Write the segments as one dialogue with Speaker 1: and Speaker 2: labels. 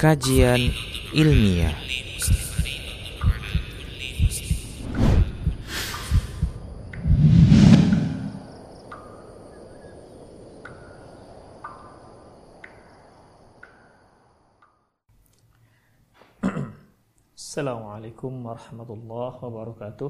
Speaker 1: Kajian ilmiah.
Speaker 2: Assalamualaikum warahmatullahi wabarakatuh.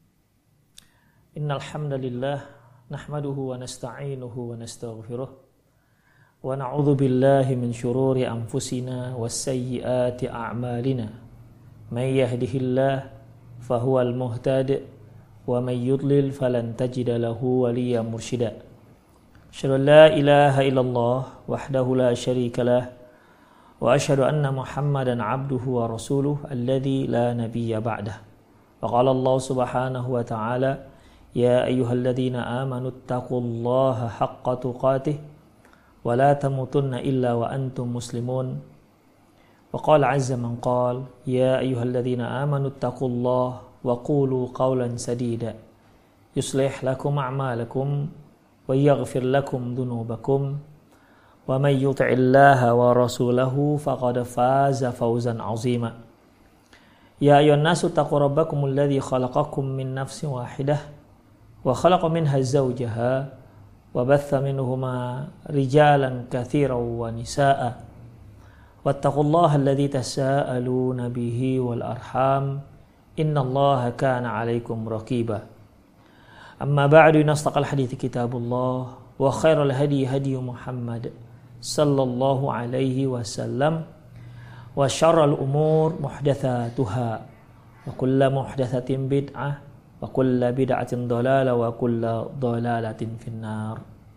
Speaker 2: Innal hamdalillah nahmaduhu wa nasta'inuhu wa nastaghfiruh wa na'udzu billahi min shururi anfusina was sayyiati a'malina. May yahdihillahu fahuwal muhtadi wa may yudlil falan tajida lahu waliyyan mursyida. Asyhadu an la ilaha illallah wahdahu la syarika lah wa asyhadu anna Muhammadan abduhu wa rasuluh alladzi la nabiyya ba'dah. Wa qala Allah subhanahu wa ta'ala ya ayyuhalladzina amanu taqullaha haqqa tuqatih wa la tamutunna illa wa antum muslimun. Wa qala 'azza man qala ya ayyuhalladzina amanu taqullaha wa qulu qawlan sadida yuslih lakum a'malakum wa yaghfir lakum dhunubakum wa may yuti'illaha wa rasulahu faqad faza fawzan 'azima. Ya ayyuhan nasu taqu rabbakumul ladzi khalaqakum min nafsin wahidah wa khalaqa minha zawjaha wa batha minhuma rijalan katsiran wa nisaa'a wattaqullaha alladzi tasaaluna bihi wal arham innallaha kana 'alaikum raqiba. Amma ba'du, nastaqal hadithi kitabullah wa khairal hadi hadi Muhammad sallallahu alaihi wasallam wa syarrul umur muhdatsatuha wa kullu muhdatsatin bid'ah wa kullu bid'atin dhalalah wa kullu dhalalatin finnar.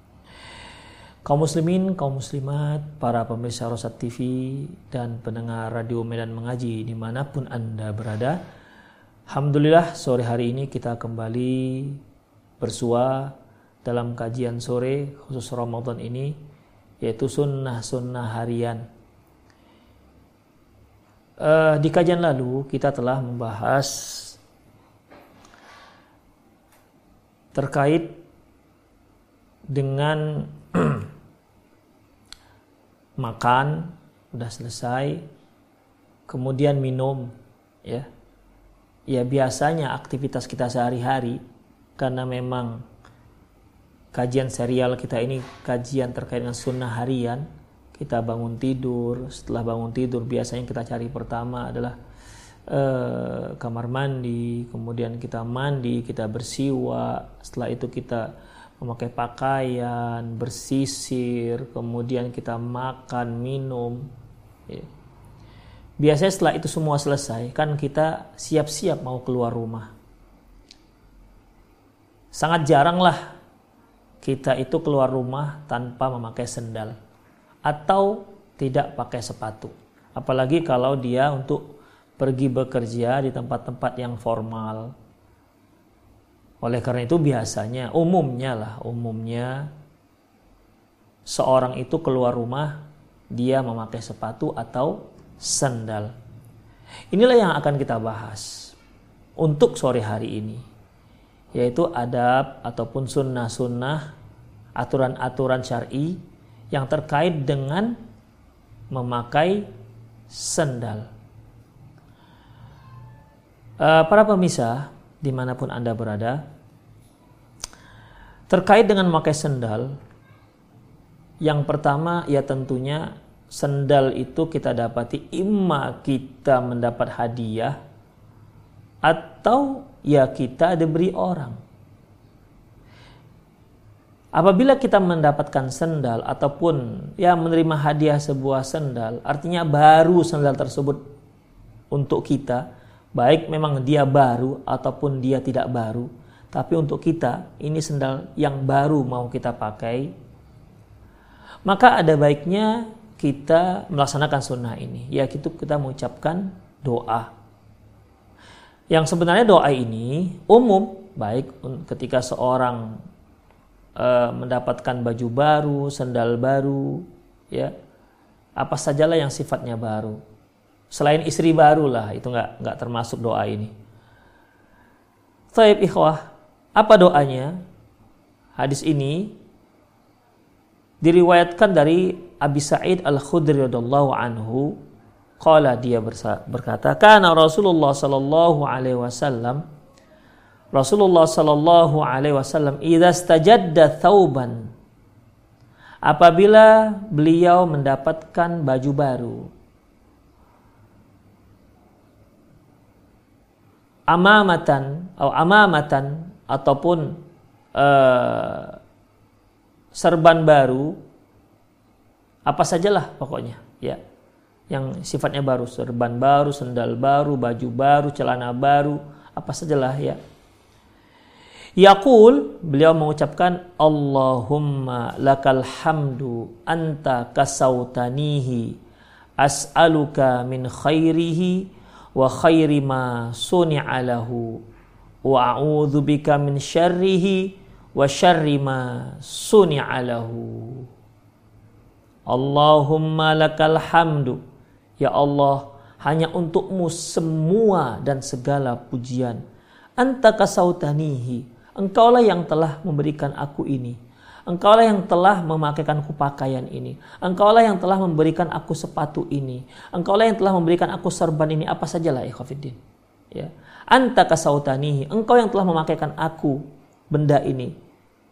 Speaker 2: Kaum muslimin, kaum muslimat, para pemirsa Rosat TV dan pendengar Radio Medan Mengaji dimanapun Anda berada, alhamdulillah sore hari ini kita kembali bersua dalam kajian sore khusus Ramadan ini, yaitu sunnah-sunnah harian. Di kajian lalu kita telah membahas terkait dengan makan, udah selesai, kemudian minum, ya biasanya aktivitas kita sehari-hari, karena memang kajian serial kita ini kajian terkait dengan sunnah harian. Kita bangun tidur, setelah bangun tidur biasanya kita cari pertama adalah kamar mandi, kemudian kita mandi, kita bersiwak, setelah itu kita memakai pakaian, bersisir, kemudian kita makan, minum, ya. Biasanya setelah itu semua selesai, kan kita siap-siap mau keluar rumah. Sangat jarang lah kita itu keluar rumah tanpa memakai sendal atau tidak pakai sepatu. Apalagi kalau dia untuk pergi bekerja di tempat-tempat yang formal. Oleh karena itu biasanya, umumnya seorang itu keluar rumah dia memakai sepatu atau sandal. Inilah yang akan kita bahas untuk sore hari ini, yaitu adab ataupun sunnah-sunnah, aturan-aturan syar'i yang terkait dengan memakai sandal. Para pemirsa dimanapun Anda berada, terkait dengan memakai sandal, yang pertama ya tentunya sandal itu kita dapati imma kita mendapat hadiah atau ya kita diberi orang. Apabila kita mendapatkan sandal ataupun ya menerima hadiah sebuah sandal, artinya baru sandal tersebut untuk kita, baik memang dia baru ataupun dia tidak baru, tapi untuk kita ini sandal yang baru mau kita pakai, maka ada baiknya kita melaksanakan sunnah ini, yaitu kita mengucapkan doa. Yang sebenarnya doa ini umum, baik ketika seorang mendapatkan baju baru, sandal baru, ya apa sajalah yang sifatnya baru. Selain istri baru lah, itu nggak termasuk doa ini. Taib ikhwah, apa doanya? Hadis ini diriwayatkan dari Abi Sa'id Al-Khudri radhiyallahu anhu Qala, dia berkata, kana Rasulullah sallallahu alaihi wasallam idza istajadda thawban, apabila beliau mendapatkan baju baru, amamatan ataupun serban baru, apa sajalah pokoknya ya, yang sifatnya baru, serban baru, sendal baru, baju baru, celana baru, apa sajalah ya. Yaqul, beliau mengucapkan, Allahumma lakal hamdu anta kasautanihi as'aluka min khairihi wa khairi ma suni'a lahu wa a'udzu bika min syarrihi wa syarri ma suni'a lahu. Allahumma lakal hamdu, ya Allah, hanya untukmu semua dan segala pujian. Anta kasautanihi, engkaulah yang telah memberikan aku ini, engkaulah yang telah memakaikanku pakaian ini, engkaulah yang telah memberikan aku sepatu ini, engkaulah yang telah memberikan aku serban ini, apa sajalah ikhwatiddin ya. Anta kasautanihi, engkau yang telah memakaikan aku benda ini.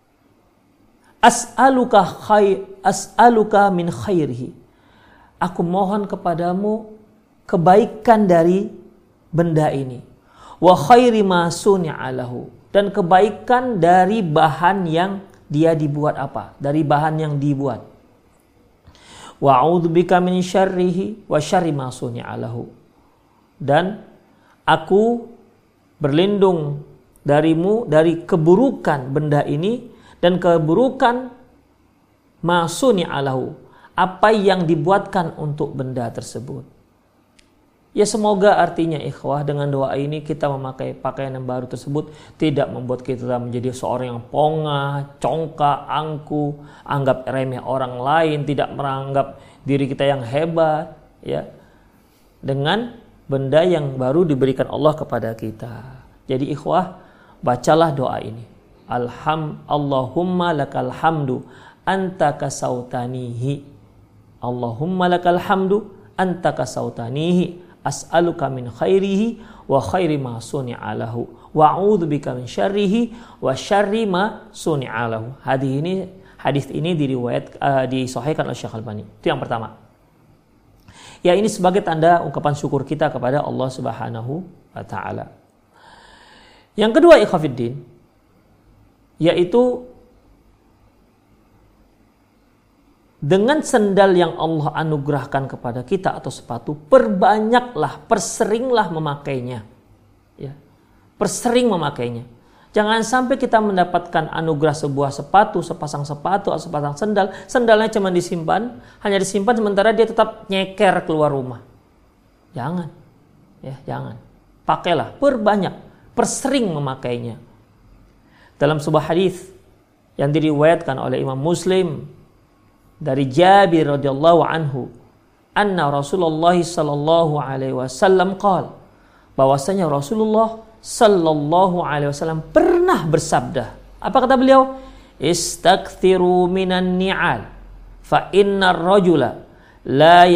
Speaker 2: As'aluka min khairihi, aku mohon kepadamu kebaikan dari benda ini. Wa khairi ma suni'a lahu, dan kebaikan dari bahan yang dia dibuat apa? Dari bahan yang dibuat. Wa a'udzubika min syarrihi wa syarri ma suni'a lahu, dan aku berlindung darimu dari keburukan benda ini dan keburukan ma suni'a lahu, apa yang dibuatkan untuk benda tersebut. Ya, semoga artinya ikhwah, dengan doa ini kita memakai pakaian yang baru tersebut tidak membuat kita menjadi seorang yang pongah, congkak, angkuh, anggap remeh orang lain, tidak menganggap diri kita yang hebat ya, dengan benda yang baru diberikan Allah kepada kita. Jadi ikhwah, bacalah doa ini. Allahumma lakal hamdu anta kasautanihi, Allahumma lakal hamdu anta kasautanihi as'aluka min khairihi wa khairi ma suni'a lahu wa a'udzu bika min syarrihi wa syarri ma suni'a lahu. Hadis ini disahihkan oleh Syekh Albani. Itu yang pertama. Ya, ini sebagai tanda ungkapan syukur kita kepada Allah Subhanahu wa taala. Yang kedua ikhwatiddin, yaitu dengan sendal yang Allah anugerahkan kepada kita atau sepatu, perseringlah memakainya. Ya, persering memakainya. Jangan sampai kita mendapatkan anugerah sebuah sepatu, sepasang sepatu atau sepasang sendal, sendalnya cuma hanya disimpan sementara dia tetap nyeker keluar rumah. Jangan. Ya, jangan. Pakailah, persering memakainya. Dalam sebuah hadis yang diriwayatkan oleh Imam Muslim dari Jabir radhiyallahu anhu, anna Rasulullah sallallahu alaihi wasallam qala, bahwasanya Rasulullah sallallahu alaihi wasallam pernah bersabda. Apa kata beliau? Istakthiru minan ni'al fa innar rajula la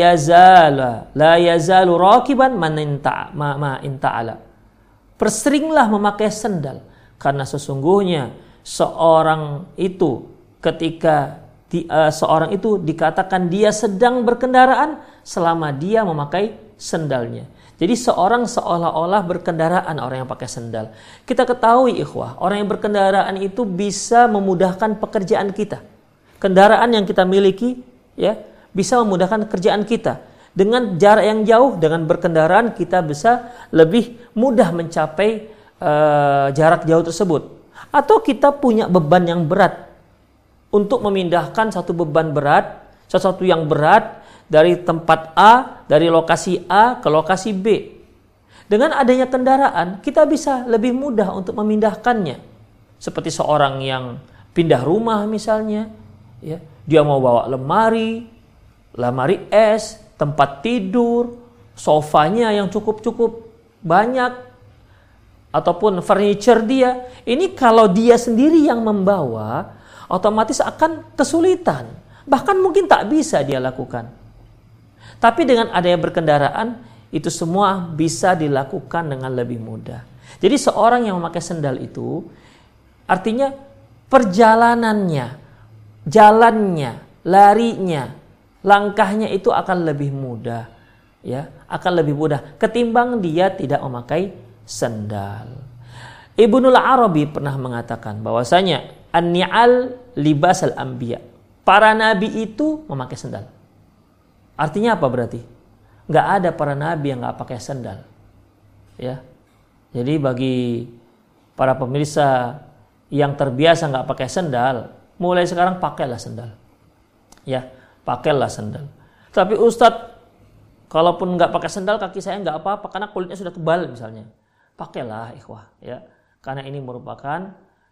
Speaker 2: yazalu rakiban ma inta'ala. Perseringlah memakai sendal, karena sesungguhnya seorang itu ketika seorang itu dikatakan dia sedang berkendaraan selama dia memakai sendalnya. Jadi seorang seolah-olah berkendaraan, orang yang pakai sendal. Kita ketahui ikhwah, orang yang berkendaraan itu bisa memudahkan pekerjaan kita. Kendaraan yang kita miliki ya bisa memudahkan kerjaan kita. Dengan jarak yang jauh, dengan berkendaraan kita bisa lebih mudah mencapai jarak jauh tersebut. Atau kita punya beban yang berat, untuk memindahkan satu beban berat, sesuatu yang berat dari tempat A, dari lokasi A ke lokasi B. Dengan adanya kendaraan, kita bisa lebih mudah untuk memindahkannya. Seperti seorang yang pindah rumah misalnya, ya, dia mau bawa lemari es, tempat tidur, sofanya yang cukup banyak, ataupun furniture dia. Ini kalau dia sendiri yang membawa, otomatis akan kesulitan. Bahkan mungkin tak bisa dia lakukan. Tapi dengan adanya berkendaraan, itu semua bisa dilakukan dengan lebih mudah. Jadi seorang yang memakai sendal itu, artinya perjalanannya, jalannya, larinya, langkahnya itu akan lebih mudah, ya, akan lebih mudah ketimbang dia tidak memakai sendal. Ibnul Arabi pernah mengatakan bahwasanya an-ni'al libasal anbiya. Para nabi itu memakai sendal. Artinya apa berarti? Nggak ada para nabi yang nggak pakai sendal. Ya. Jadi bagi para pemirsa yang terbiasa nggak pakai sendal, mulai sekarang pakailah sendal. Ya, pakailah sendal. Tapi Ustadz, kalaupun nggak pakai sendal kaki saya nggak apa-apa karena kulitnya sudah tebal misalnya. Pakailah ikhwah, ya. Karena ini merupakan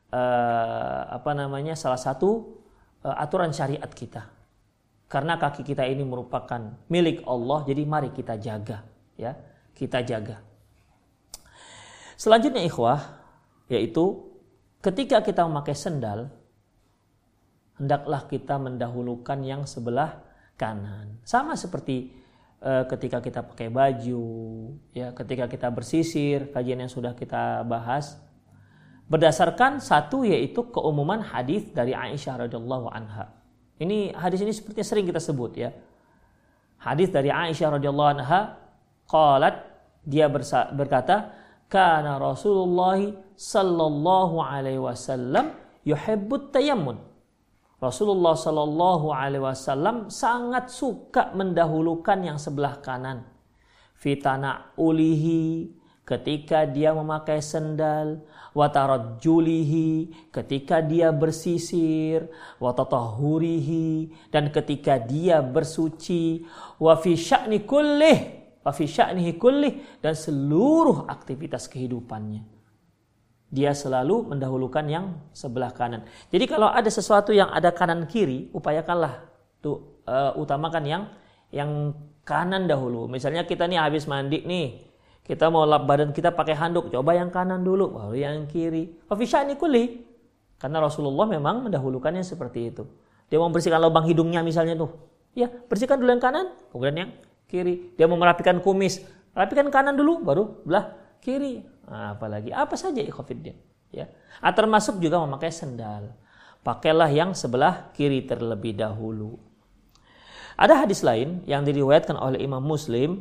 Speaker 2: salah satu aturan syariat kita. Karena kaki kita ini merupakan milik Allah, jadi mari kita jaga, ya. Kita jaga. Selanjutnya ikhwah, yaitu ketika kita memakai sendal, hendaklah kita mendahulukan yang sebelah kanan. Sama seperti ketika kita pakai baju, ya, ketika kita bersisir, kajian yang sudah kita bahas. Berdasarkan satu yaitu keumuman hadis dari Aisyah radhiyallahu anha. Hadis ini sepertinya sering kita sebut, ya. Hadis dari Aisyah radhiyallahu anha, qalat, dia berkata, kana Rasulullah sallallahu alaihi wasallam yuhibbut tayammun. Rasulullah sallallahu alaihi wasallam sangat suka mendahulukan yang sebelah kanan. Fitana ulihi, ketika dia memakai sendal, wa tarajjulihi, ketika dia bersisir, wa tatahhurihi, dan ketika dia bersuci, wa fi sya'nihi kullih, dan seluruh aktivitas kehidupannya. Dia selalu mendahulukan yang sebelah kanan. Jadi kalau ada sesuatu yang ada kanan kiri, upayakanlah utamakan yang kanan dahulu. Misalnya kita nih habis mandi nih, kita mau lap badan kita pakai handuk, coba yang kanan dulu, baru yang kiri. Wa fi sya'ni kulli. Karena Rasulullah memang mendahulukannya seperti itu. Dia mau membersihkan lubang hidungnya misalnya tuh, ya bersihkan dulu yang kanan, kemudian yang kiri. Dia mau merapikan kumis, rapikan kanan dulu, baru belah kiri. Nah, apalagi apa saja ikhwatiddin, ya. Termasuk juga memakai sendal. Pakailah yang sebelah kiri terlebih dahulu. Ada hadis lain yang diriwayatkan oleh Imam Muslim.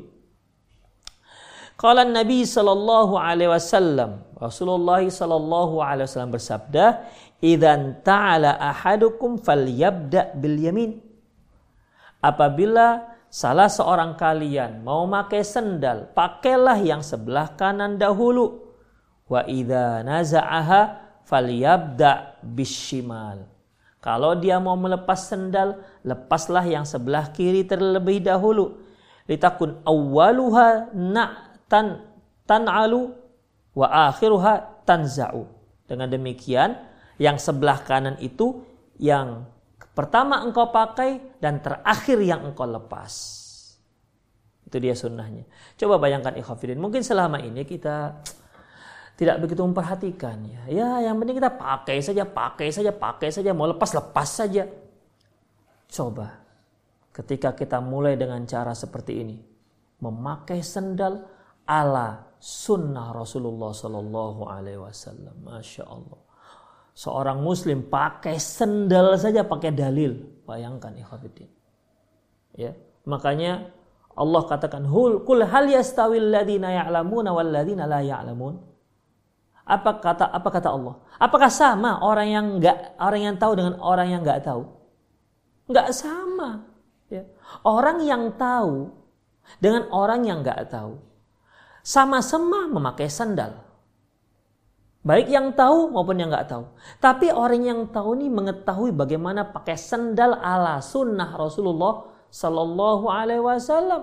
Speaker 2: Qala Nabi sallallahu alaihi wasallam, Rasulullah sallallahu alaihi wasallam bersabda, "Idzan ta'ala ahadukum falyabda bil yamin." Apabila salah seorang kalian mau pakai sendal, pakailah yang sebelah kanan dahulu. Wa idza naza'aha falyabda bishimal. Kalau dia mau melepas sendal, lepaslah yang sebelah kiri terlebih dahulu. Litakun awwaluha tan'alu wa akhiruha tanza'u. Dengan demikian, yang sebelah kanan itu yang pertama engkau pakai dan terakhir yang engkau lepas. Itu dia sunnahnya. Coba bayangkan ikhwatiddin, mungkin selama ini kita tidak begitu memperhatikan, ya. Ya, yang penting kita pakai saja, mau lepas saja. Coba ketika kita mulai dengan cara seperti ini, memakai sendal ala sunnah Rasulullah sallallahu alaihi wasallam. Masya Allah. Seorang muslim pakai sendal saja pakai dalil. Bayangkan ikhwatiddin. Ya, makanya Allah katakan, "Qul hal yastawil ladzina ya'lamuna wal ladzina la ya'lamun?" Apa kata Allah? Apakah sama orang yang tahu dengan orang yang enggak tahu? Enggak sama, ya. Orang yang tahu dengan orang yang enggak tahu sama-sama memakai sandal. Baik yang tahu maupun yang nggak tahu. Tapi orang yang tahu ini mengetahui bagaimana pakai sandal ala sunnah Rasulullah Sallallahu Alaihi Wasallam.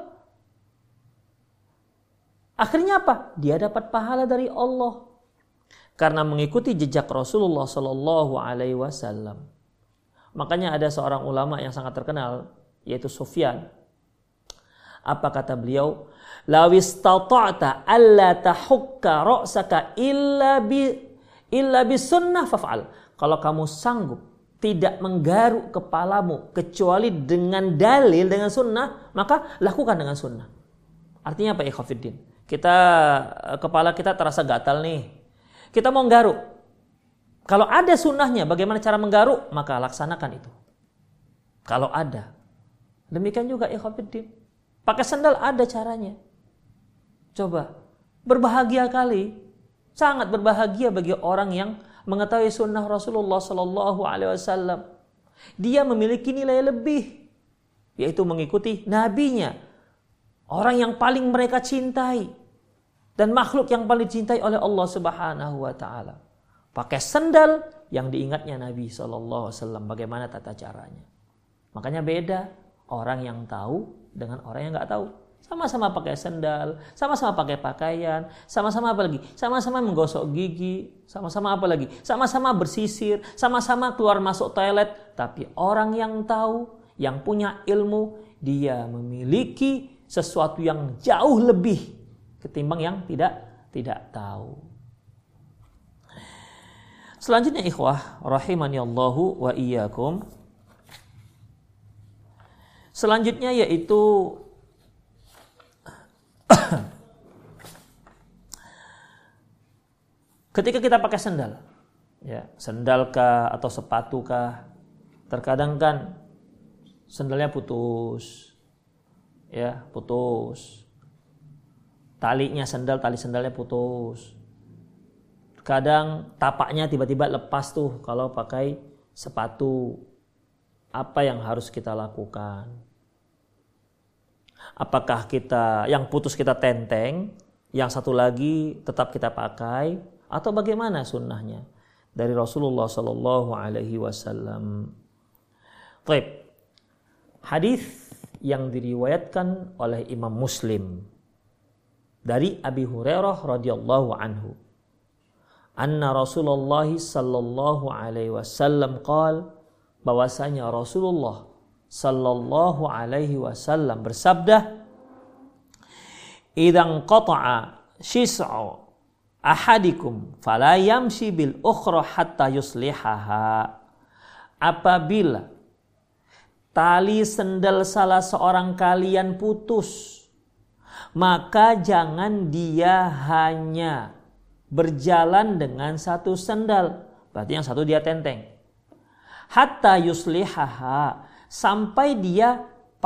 Speaker 2: Akhirnya apa? Dia dapat pahala dari Allah karena mengikuti jejak Rasulullah Sallallahu Alaihi Wasallam. Makanya ada seorang ulama yang sangat terkenal yaitu Sufyan. Apa kata beliau? Lawistata'ta alla tahukka ra'saka illa bi sunnah faf'al. Kalau kamu sanggup tidak menggaruk kepalamu kecuali dengan dalil, dengan sunnah, maka lakukan dengan sunnah. Artinya apa, ikhwatiddin? Kepala kita terasa gatal nih. Kita mau nggaruk. Kalau ada sunnahnya bagaimana cara menggaruk, maka laksanakan itu. Kalau ada. Demikian juga ikhwatiddin. Pakai sandal ada caranya. Coba. Berbahagia kali. Sangat berbahagia bagi orang yang mengetahui sunnah Rasulullah Sallallahu Alaihi Wasallam. Dia memiliki nilai lebih, yaitu mengikuti nabinya, orang yang paling mereka cintai dan makhluk yang paling dicintai oleh Allah Subhanahu Wa Taala. Pakai sandal yang diingatnya Nabi Sallallahu Alaihi Wasallam. Bagaimana tata caranya? Makanya beda orang yang tahu dengan orang yang nggak tahu. Sama-sama pakai sandal, sama-sama pakai pakaian, sama-sama apa lagi? Sama-sama menggosok gigi, sama-sama apa lagi? Sama-sama bersisir, sama-sama keluar masuk toilet. Tapi orang yang tahu, yang punya ilmu, dia memiliki sesuatu yang jauh lebih ketimbang yang tidak tahu. Selanjutnya ikhwah rahimani Allahu wa iyyakum. Selanjutnya yaitu ketika kita pakai sandal, ya, sandal kah atau sepatu kah, terkadang kan sandalnya putus, ya, putus. Tali sandalnya putus. Kadang tapaknya tiba-tiba lepas tuh kalau pakai sepatu. Apa yang harus kita lakukan? Apakah yang putus kita tenteng, yang satu lagi tetap kita pakai, atau bagaimana sunnahnya dari Rasulullah Sallallahu Alaihi Wasallam? Baik, hadis yang diriwayatkan oleh Imam Muslim dari Abi Hurairah radhiyallahu anhu, anna Rasulullah Sallallahu Alaihi Wasallam qala, bahwasanya Rasulullah Sallallahu Alaihi Wasallam bersabda, "Idzan qata'a shis'u ahadikum fala yamshi bil ukhra hatta yuslihaha." Apabila tali sendal salah seorang kalian putus, maka jangan dia hanya berjalan dengan satu sendal, berarti yang satu dia tenteng. Hatta yuslihaha, sampai dia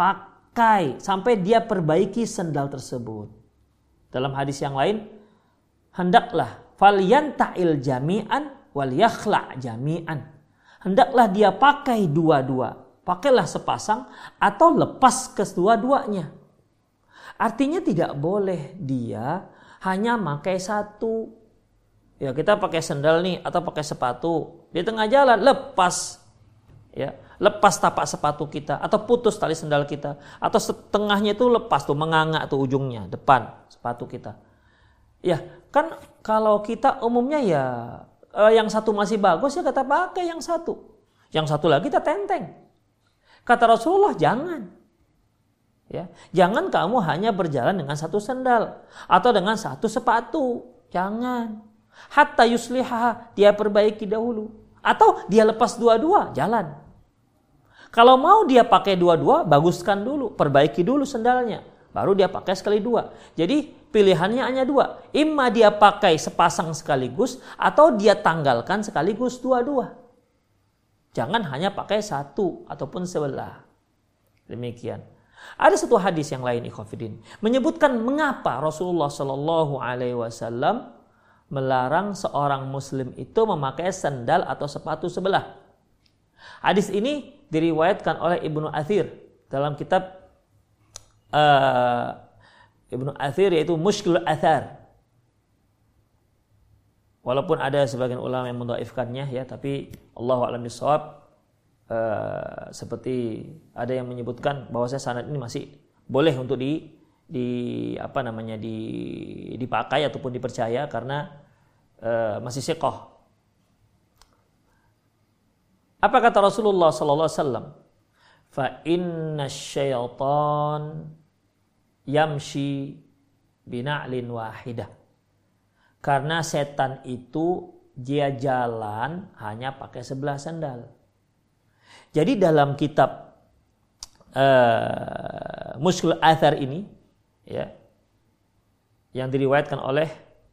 Speaker 2: perbaiki sendal tersebut. Dalam hadis yang lain, hendaklah falyanta'il jami'an wal yakhla' jami'an. Hendaklah dia pakai dua-dua. Pakailah sepasang atau lepas kedua-duanya. Artinya tidak boleh dia hanya pakai satu. Ya, kita pakai sandal nih atau pakai sepatu, di tengah jalan lepas. Ya, lepas tapak sepatu kita atau putus tali sandal kita atau setengahnya itu lepas tuh, menganga tuh ujungnya depan sepatu kita. Ya, kan kalau kita umumnya ya yang satu masih bagus ya kita pakai yang satu. Yang satu lagi kita tenteng. Kata Rasulullah jangan. Ya, jangan kamu hanya berjalan dengan satu sandal atau dengan satu sepatu. Jangan. Hatta yusliha, dia perbaiki dahulu atau dia lepas dua-dua, jalan. Kalau mau dia pakai dua-dua, baguskan dulu, perbaiki dulu sandalnya, baru dia pakai sekali dua. Jadi pilihannya hanya dua, imma dia pakai sepasang sekaligus atau dia tanggalkan sekaligus dua-dua. Jangan hanya pakai satu ataupun sebelah. Demikian. Ada satu hadis yang lain ikhwatiddin menyebutkan mengapa Rasulullah Shallallahu Alaihi Wasallam melarang seorang muslim itu memakai sandal atau sepatu sebelah. Hadis ini diriwayatkan oleh Ibnu Athir dalam kitab Ibnu Athir, yaitu Mushkilul Athar. Walaupun ada sebagian ulama yang mendhaifkannya ya, tapi Allahu a'lam bishawab, seperti ada yang menyebutkan bahwasanya sanad ini masih boleh untuk dipakai ataupun dipercaya karena masih siqah. Apa kata Rasulullah sallallahu alaihi wasallam? Fa inna syaitan yamshi bina'lin wahidah. Karena setan itu dia jalan hanya pakai sebelah sandal. Jadi dalam kitab Mushkilul Athar ini, ya, yang diriwayatkan oleh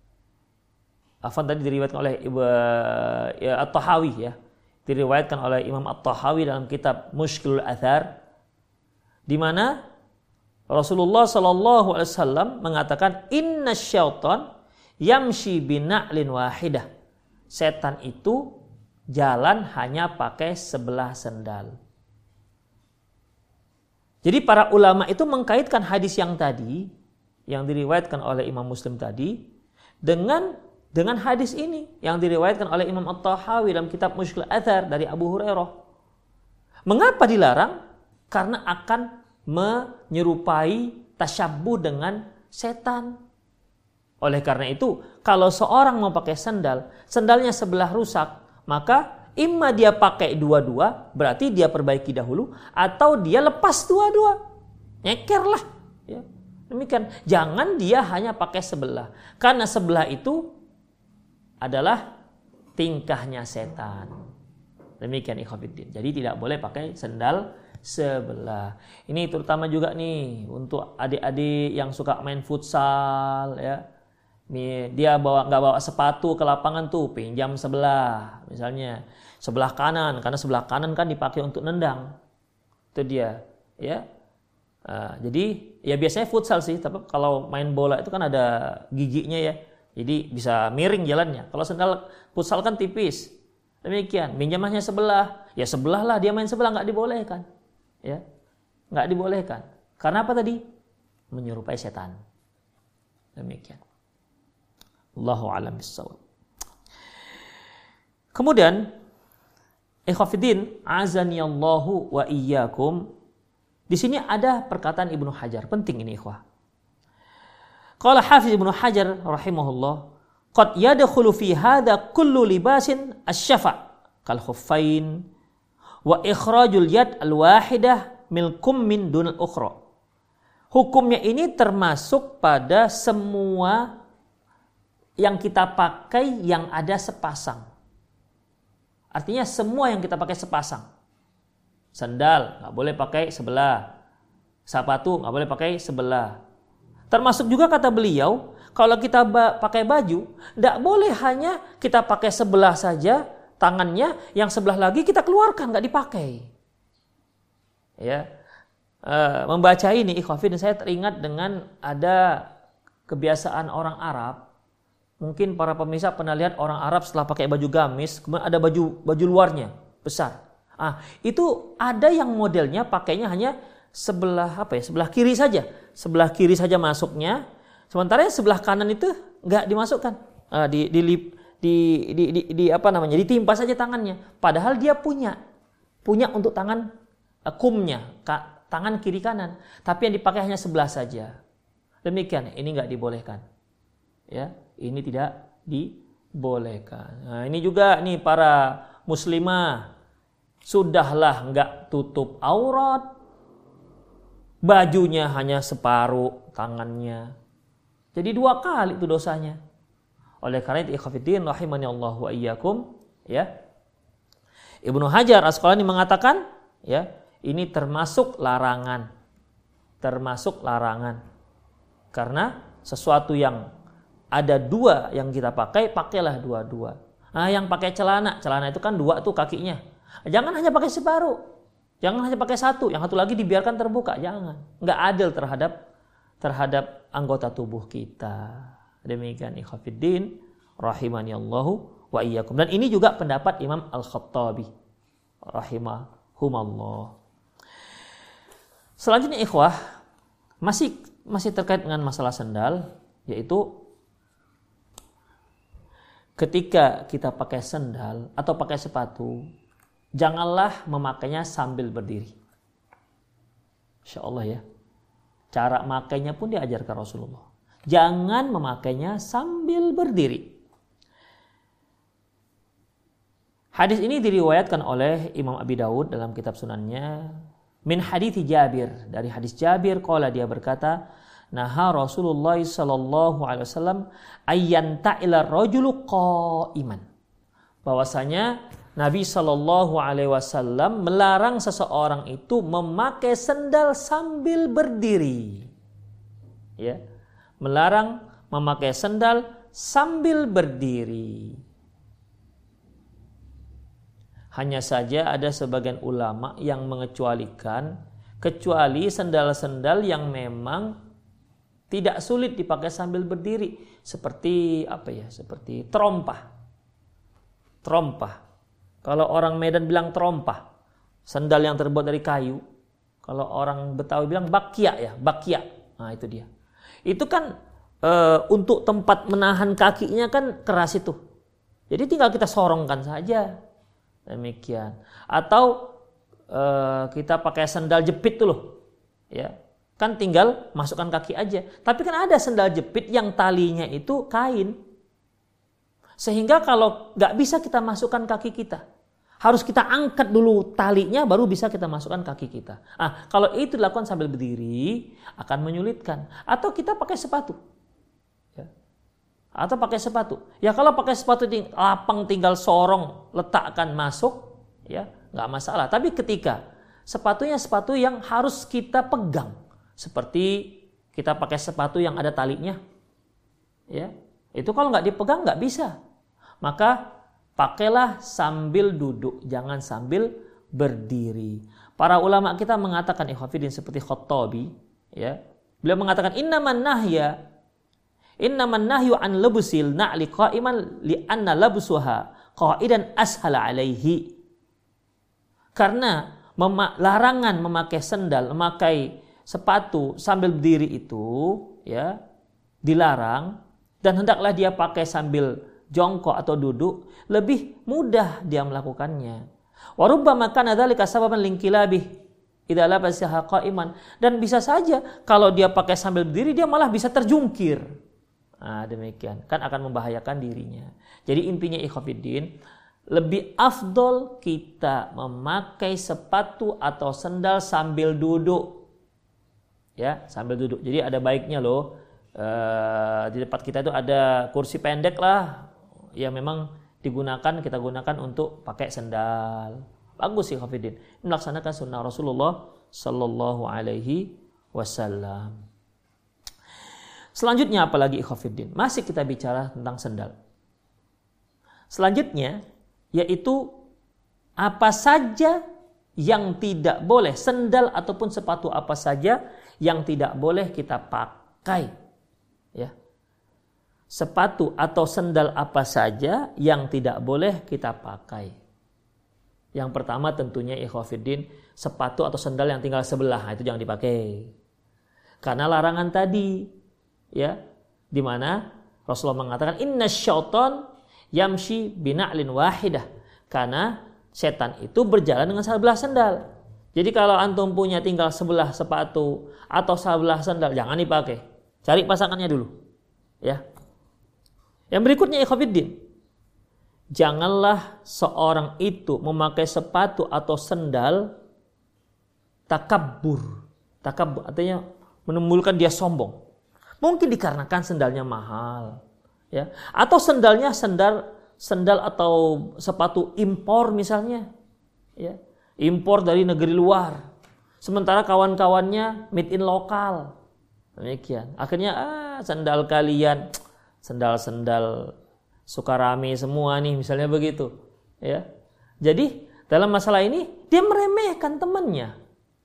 Speaker 2: At-Tahawi, ya, diriwayatkan oleh Imam At-Tahawi dalam kitab Mushkilul Athar, di mana Rasulullah sallallahu alaihi wasallam mengatakan inna syaitan yamshi bina'lin wahidah. Setan itu jalan hanya pakai sebelah sendal. Jadi para ulama itu mengkaitkan hadis yang tadi, yang diriwayatkan oleh Imam Muslim tadi, dengan hadis ini yang diriwayatkan oleh Imam At-Tahawi dalam kitab Mushkilul Athar dari Abu Hurairah. Mengapa dilarang? Karena akan menyerupai tasyabbuh dengan setan. Oleh karena itu, kalau seorang mau pakai sandal, sandalnya sebelah rusak, maka imma dia pakai dua-dua, berarti dia perbaiki dahulu, atau dia lepas dua-dua, nyekerlah. Ya. Demikian, jangan dia hanya pakai sebelah, karena sebelah itu adalah tingkahnya setan. Demikian ikhwatiddin. Jadi tidak boleh pakai sandal sebelah. Ini terutama juga nih untuk adik-adik yang suka main futsal, ya. Dia nggak bawa sepatu ke lapangan tuh, pinjam sebelah, misalnya sebelah kanan, karena sebelah kanan kan dipakai untuk nendang. Itu dia, ya. Jadi ya biasanya futsal sih, tapi kalau main bola itu kan ada giginya ya, jadi bisa miring jalannya. Kalau sendal futsal kan tipis. Demikian, pinjamannya sebelah, ya sebelah lah, dia main sebelah, nggak dibolehkan, ya, nggak dibolehkan. Karena apa tadi? Menyerupai setan. Demikian. Allahu a'lam bissawab. Kemudian, ikhwatiddin, azaniyallahu wa iyyakum. Di sini ada perkataan Ibnu Hajar, penting ini ikhwah. Qala Hafiz Ibnu Hajar rahimahullah, qad yadkhulu fi hadza kullu libasin asy-syafa' kal khuffain wa ikhrajul yad al-wahidah milkum min dunal ukhra. Hukumnya ini termasuk pada semua yang kita pakai yang ada sepasang. Artinya semua yang kita pakai sepasang. Sandal nggak boleh pakai sebelah, sepatu nggak boleh pakai sebelah. Termasuk juga kata beliau, kalau kita pakai baju, nggak boleh hanya kita pakai sebelah saja tangannya, yang sebelah lagi kita keluarkan nggak dipakai. Ya, membaca ini ikhwafid, saya teringat dengan ada kebiasaan orang Arab. Mungkin para pemirsa pernah lihat orang Arab setelah pakai baju gamis, kemudian ada baju luarnya besar. Itu ada yang modelnya pakainya hanya sebelah kiri saja. Sebelah kiri saja masuknya. Sementara yang sebelah kanan itu enggak dimasukkan. Ditimpa saja tangannya. Padahal dia punya untuk tangan kumnya, tangan kiri kanan. Tapi yang dipakai hanya sebelah saja. Demikian, ini enggak dibolehkan. Ya, ini tidak dibolehkan. Nah, ini juga nih para muslimah, sudahlah enggak tutup aurat, bajunya hanya separuh tangannya. Jadi 2 kali itu dosanya. Oleh karena itu ikhwatiddin rahimani Allah wa iyyakum, ya. Ibnu Hajar Asqalani mengatakan, ya, ini termasuk larangan. Termasuk larangan. Karena sesuatu yang ada 2 yang kita pakai, pakailah 2-2. Nah, yang pakai celana itu kan 2 tuh kakinya. Jangan hanya pakai separuh. Jangan hanya pakai satu, yang satu lagi dibiarkan terbuka. Jangan. Enggak adil terhadap anggota tubuh kita. Demikian ikhwatiddin rahimani Allahu wa iyyakum. Dan ini juga pendapat Imam Al-Khattabi rahimahumallah. Selanjutnya ikhwah, masih terkait dengan masalah sandal, yaitu ketika kita pakai sandal atau pakai sepatu, janganlah memakainya sambil berdiri. Insya Allah ya. Cara makainya pun diajarkan Rasulullah. Jangan memakainya sambil berdiri. Hadis ini diriwayatkan oleh Imam Abi Daud dalam kitab sunannya. Min hadithi Jabir. Dari hadis Jabir, qala dia berkata, naha Rasulullah sallallahu alaihi wasallam ayyanta'ila rajulu qa'iman. Bahwasanya Nabi Shallallahu Alaihi Wasallam melarang seseorang itu memakai sendal sambil berdiri. Ya, melarang memakai sendal sambil berdiri. Hanya saja ada sebagian ulama yang mengecualikan, kecuali sendal-sendal yang memang tidak sulit dipakai sambil berdiri, seperti seperti terompah. Kalau orang Medan bilang terompah, sendal yang terbuat dari kayu. Kalau orang Betawi bilang bakya. Nah, itu dia. Itu kan untuk tempat menahan kakinya kan keras itu. Jadi tinggal kita sorongkan saja. Demikian. Atau kita pakai sendal jepit tuh loh. Ya. Kan tinggal masukkan kaki aja. Tapi kan ada sendal jepit yang talinya itu kain. Sehingga kalau nggak bisa kita masukkan kaki kita, harus kita angkat dulu talinya baru bisa kita masukkan kaki kita. Kalau itu dilakukan sambil berdiri akan menyulitkan. Atau kita pakai sepatu. Ya. Atau pakai sepatu. Ya kalau pakai sepatu lapang tinggal sorong, letakkan masuk, ya nggak masalah. Tapi ketika sepatunya sepatu yang harus kita pegang, seperti kita pakai sepatu yang ada talinya, ya. Itu kalau nggak dipegang nggak bisa. Maka pakailah sambil duduk, jangan sambil berdiri. Para ulama kita mengatakan ikhwafidin seperti Khattabi, ya. Beliau mengatakan innaman nahyu an labusil na'li qa'iman li anna labsuha qa'idan ashala alaihi. Karena larangan memakai sendal, memakai sepatu sambil berdiri itu, ya, dilarang. Dan hendaklah dia pakai sambil jongkok atau duduk, lebih mudah dia melakukannya. Wa rubbama kana dzalika sababan linkilabih idza labasaha qa'iman. Dan bisa saja kalau dia pakai sambil berdiri dia malah bisa terjungkir. Demikian, kan akan membahayakan dirinya. Jadi intinya ikhwatiddin, lebih afdol kita memakai sepatu atau sendal sambil duduk. Ya, sambil duduk. Jadi ada baiknya loh. Di tempat kita itu ada kursi pendek lah yang memang kita gunakan untuk pakai sendal. Bagus sih Hafidin, melaksanakan sunnah Rasulullah Sallallahu Alaihi Wasallam. Selanjutnya apalagi Hafidin, masih kita bicara tentang sendal. Selanjutnya yaitu apa saja yang tidak boleh, sendal ataupun sepatu apa saja yang tidak boleh kita pakai. Ya. Sepatu atau sendal apa saja yang tidak boleh kita pakai. Yang pertama tentunya ikhwafiddin, sepatu atau sendal yang tinggal sebelah, itu jangan dipakai. Karena larangan tadi, ya, di mana Rasulullah mengatakan inna syaitan yamshi bina'lin wahidah. Karena setan itu berjalan dengan sebelah sendal. Jadi kalau antum punya tinggal sebelah sepatu atau sebelah sendal, jangan dipakai. Cari pasangannya dulu. Ya. Yang berikutnya ikhwatiddin, janganlah seorang itu memakai sepatu atau sendal takabbur. Takabbur artinya menimbulkan dia sombong. Mungkin dikarenakan sendalnya mahal, ya. Atau sendalnya sendal atau sepatu impor misalnya, ya. Impor dari negeri luar. Sementara kawan-kawannya made in lokal. Demikian. Akhirnya sendal kalian sendal Sukarame semua nih misalnya begitu, ya. Jadi dalam masalah ini dia meremehkan temannya.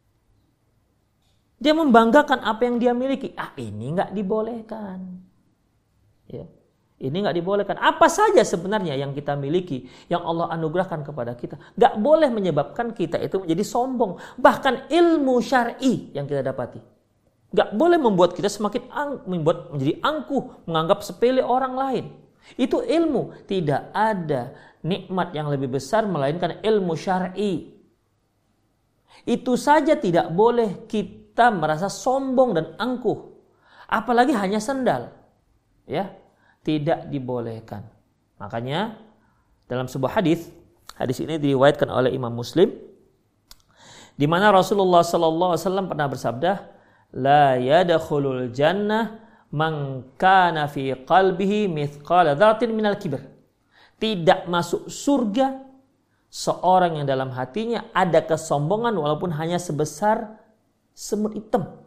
Speaker 2: Dia membanggakan apa yang dia miliki. Ini enggak dibolehkan. Ya. Ini enggak dibolehkan. Apa saja sebenarnya yang kita miliki, yang Allah anugerahkan kepada kita, enggak boleh menyebabkan kita itu menjadi sombong. Bahkan ilmu syar'i yang kita dapati gak boleh membuat kita semakin membuat menjadi angkuh, menganggap sepele orang lain. Itu ilmu. Tidak ada nikmat yang lebih besar melainkan ilmu syar'i. Itu saja tidak boleh kita merasa sombong dan angkuh. Apalagi hanya sendal. Ya, tidak dibolehkan. Makanya dalam sebuah hadis ini diriwayatkan oleh Imam Muslim, di mana Rasulullah sallallahu alaihi wasallam pernah bersabda, la yadkhulul jannah man kana fi qalbihi mithqala dzarratin minal kibr. Tidak masuk surga seorang yang dalam hatinya ada kesombongan walaupun hanya sebesar semut hitam,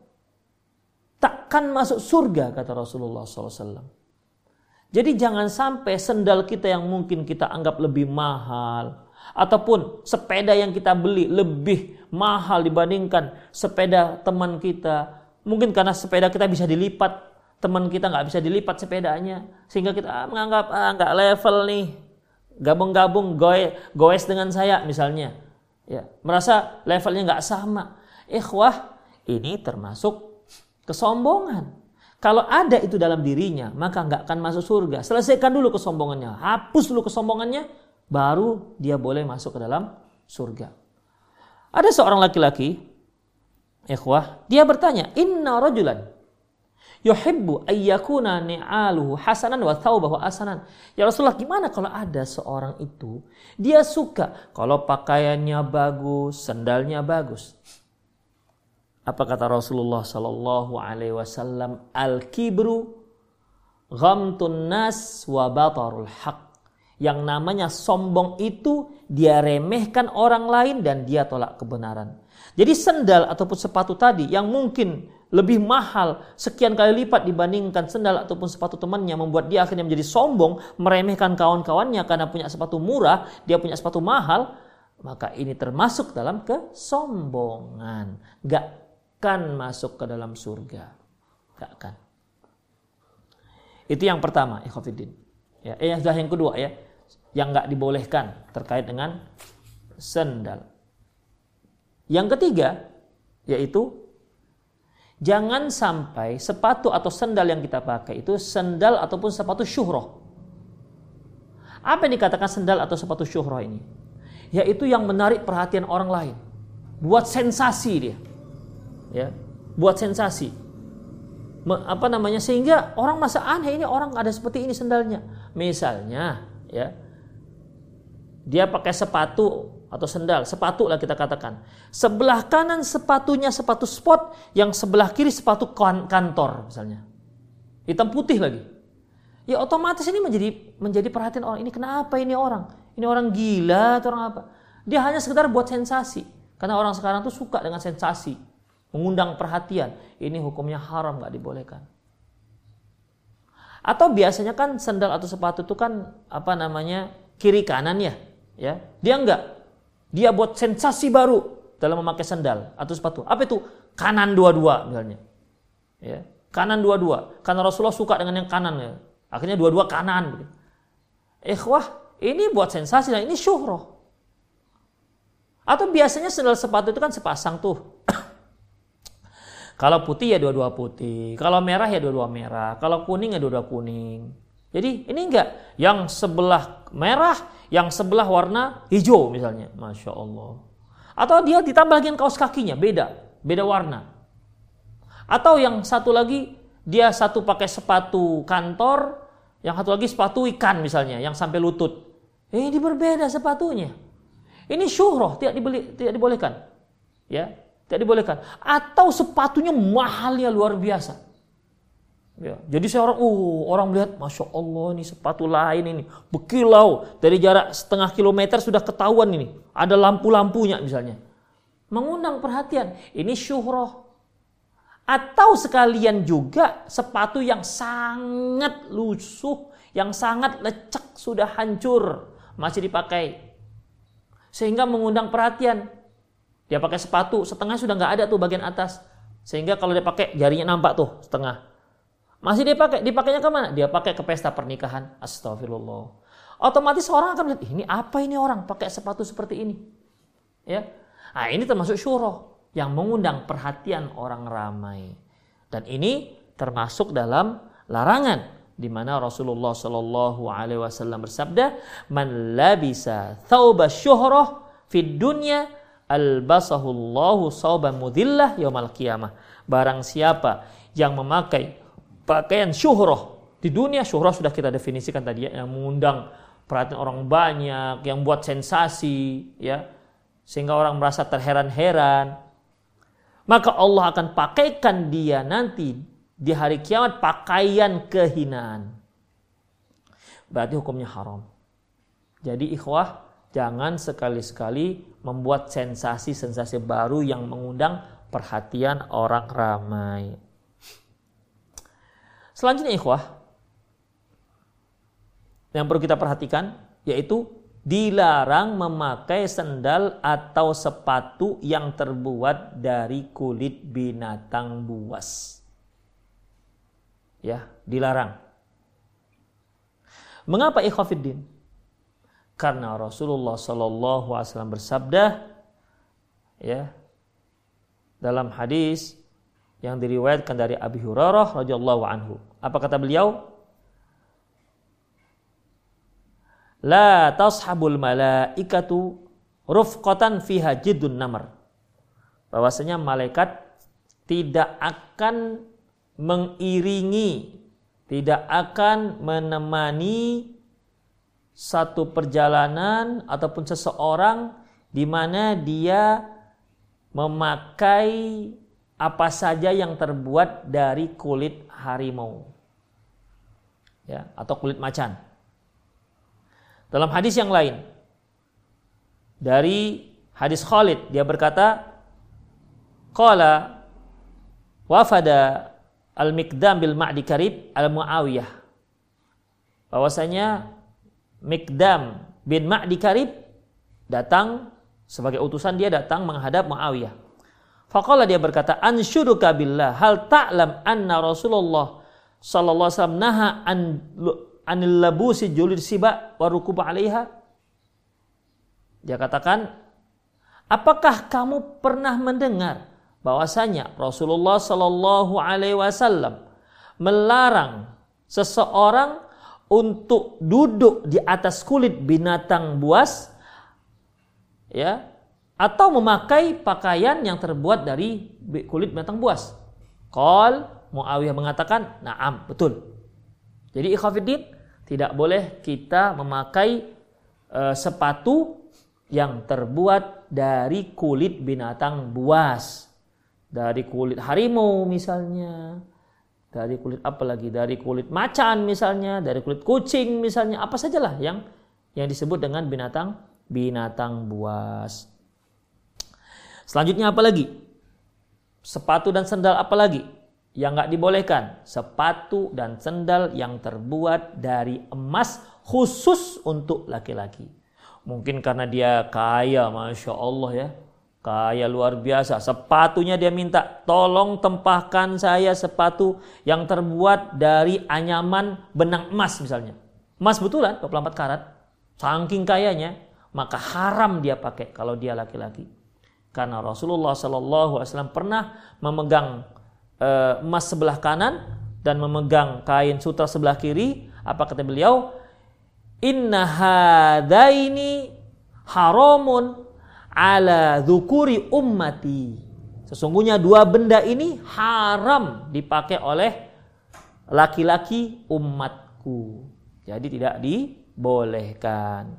Speaker 2: takkan masuk surga, kata Rasulullah SAW. Jadi jangan sampai sendal kita yang mungkin kita anggap lebih mahal, ataupun sepeda yang kita beli lebih mahal dibandingkan sepeda teman kita. Mungkin karena sepeda kita bisa dilipat, teman kita nggak bisa dilipat sepedanya, sehingga kita menganggap nggak level nih, gabung-gabung goes dengan saya misalnya, ya, merasa levelnya nggak sama. Ikhwah, ini termasuk kesombongan. Kalau ada itu dalam dirinya, maka nggak akan masuk surga. Selesaikan dulu kesombongannya, hapus dulu kesombongannya, baru dia boleh masuk ke dalam surga. Ada seorang laki-laki, ikhwah, dia bertanya, inna rajulan yuhibbu ayyakuna ni'aluhu hasanan wa thawbahu hasanan. Ya Rasulullah, gimana kalau ada seorang itu, dia suka kalau pakaiannya bagus, sandalnya bagus. Apa kata Rasulullah sallallahu alaihi wasallam? Al-kibru ghamtun nas wa batarul haq. Yang namanya sombong itu dia remehkan orang lain dan dia tolak kebenaran. Jadi sendal ataupun sepatu tadi yang mungkin lebih mahal sekian kali lipat dibandingkan sendal ataupun sepatu temannya, membuat dia akhirnya menjadi sombong, meremehkan kawan-kawannya karena punya sepatu murah, dia punya sepatu mahal, maka ini termasuk dalam kesombongan. Gak akan masuk ke dalam surga. Gak akan. Itu yang pertama, ikhwatiddin. Ya, yang kedua ya, yang gak dibolehkan terkait dengan sendal. Yang ketiga, yaitu jangan sampai sepatu atau sendal yang kita pakai itu sendal ataupun sepatu syuhroh. Apa yang dikatakan sendal atau sepatu syuhroh ini? Yaitu yang menarik perhatian orang lain. Buat sensasi dia. Ya, buat sensasi. Sehingga orang masa aneh, ini orang ada seperti ini sendalnya. Misalnya, ya, dia pakai sepatu atau sendal, sepatu lah kita katakan. Sebelah kanan sepatunya sepatu sport, yang sebelah kiri sepatu kantor misalnya. Hitam putih lagi. Ya otomatis ini menjadi perhatian orang. Ini kenapa ini orang? Ini orang gila atau orang apa? Dia hanya sekedar buat sensasi. Karena orang sekarang tuh suka dengan sensasi, mengundang perhatian. Ini hukumnya haram, gak dibolehkan. Atau biasanya kan sendal atau sepatu itu kan kiri kanan ya. Dia enggak. Dia buat sensasi baru dalam memakai sendal atau sepatu. Apa itu? Kanan dua-dua misalnya. Ya, kanan dua-dua. Karena Rasulullah suka dengan yang kanan ya. Akhirnya dua-dua kanan. Ikhwah, ini buat sensasi dan ini syuhroh. Atau biasanya sendal sepatu itu kan sepasang tuh. Kalau putih ya dua-dua putih. Kalau merah ya dua-dua merah. Kalau kuning ya dua-dua kuning. Jadi ini enggak. Yang sebelah merah, yang sebelah warna hijau misalnya. Masya Allah. Atau dia ditambah lagi kaos kakinya. Beda warna. Atau yang satu lagi, dia satu pakai sepatu kantor, yang satu lagi sepatu ikan misalnya, yang sampai lutut. Ini berbeda sepatunya. Ini syuhroh, tidak dibolehkan. Ya. Tidak dibolehkan. Atau sepatunya mahalnya luar biasa. Ya, jadi orang melihat, Masya Allah ini sepatu lain ini. Berkilau. Dari jarak setengah kilometer sudah ketahuan ini. Ada lampu-lampunya misalnya. Mengundang perhatian. Ini syuhroh. Atau sekalian juga sepatu yang sangat lusuh, yang sangat lecek, sudah hancur, masih dipakai. Sehingga mengundang perhatian. Dia pakai sepatu, setengah sudah nggak ada tuh bagian atas. Sehingga kalau dia pakai, jarinya nampak tuh setengah. Masih dipakainya kemana? Dia pakai ke pesta pernikahan. Astagfirullah. Otomatis orang akan melihat, ini apa ini orang pakai sepatu seperti ini? Ya. Nah, ini termasuk syuhroh yang mengundang perhatian orang ramai. Dan ini termasuk dalam larangan di mana Rasulullah Shallallahu alaihi wasallam bersabda, "Man labisa thawba syuhrah fid dunya albasahullahu thawban mudhillah yaumal qiyamah." Barang siapa yang memakai pakaian syuhrah di dunia, syuhrah sudah kita definisikan tadi ya, yang mengundang perhatian orang banyak, yang buat sensasi ya, sehingga orang merasa terheran-heran, maka Allah akan pakaikan dia nanti di hari kiamat pakaian kehinaan. Berarti hukumnya haram. Jadi ikhwah, Jangan sekali-sekali membuat sensasi-sensasi baru yang mengundang perhatian orang ramai. Selanjutnya ikhwah, yang perlu kita perhatikan yaitu dilarang memakai sendal atau sepatu yang terbuat dari kulit binatang buas. Ya, dilarang. Mengapa ikhwafiddin? Karena Rasulullah sallallahu alaihi wasallam bersabda ya dalam hadis yang diriwayatkan dari Abi Hurairah radhiyallahu anhu. Apa kata beliau? La tashabul malaikatu rufqatan fiha jiddun namar. Bahwasanya malaikat tidak akan mengiringi, tidak akan menemani satu perjalanan ataupun seseorang di mana dia memakai apa saja yang terbuat dari kulit harimau. Ya, atau kulit macan. Dalam hadis yang lain dari hadis Khalid, dia berkata, qala wafada al-Miqdam bil Ma'di Karib al-Muawiyah. Bahwasanya Miqdam bin Ma'di Karib datang sebagai utusan, dia datang menghadap Muawiyah. Faqala, dia berkata, anshuduka billah hal ta'lam anna Rasulullah sallallahu alaihi wasallam naha anil labusi julid siba wa rukuba 'alaiha. Dia katakan, apakah kamu pernah mendengar bahwasanya Rasulullah sallallahu alaihi wasallam melarang seseorang untuk duduk di atas kulit binatang buas, ya, atau memakai pakaian yang terbuat dari kulit binatang buas? Qal, Muawiyah mengatakan, na'am, betul. Jadi ikhwatiddin, tidak boleh kita memakai sepatu yang terbuat dari kulit binatang buas, dari kulit harimau misalnya, dari kulit apa lagi, dari kulit macan misalnya, dari kulit kucing misalnya, apa sajalah yang disebut dengan binatang buas. Selanjutnya apa lagi? Sepatu dan sandal apa lagi yang nggak dibolehkan? Sepatu dan sandal yang terbuat dari emas khusus untuk laki-laki. Mungkin karena dia kaya, masya Allah ya, kaya luar biasa. Sepatunya dia minta, tolong tempahkan saya sepatu yang terbuat dari anyaman benang emas misalnya. Emas betulan 24 karat. Saking kayanya, maka haram dia pakai kalau dia laki-laki. Karena Rasulullah SAW pernah memegang emas sebelah kanan dan memegang kain sutra sebelah kiri. Apa kata beliau? Inna hadaini haramun ala dzukuri ummati. Sesungguhnya dua benda ini haram dipakai oleh laki-laki umatku. Jadi tidak dibolehkan.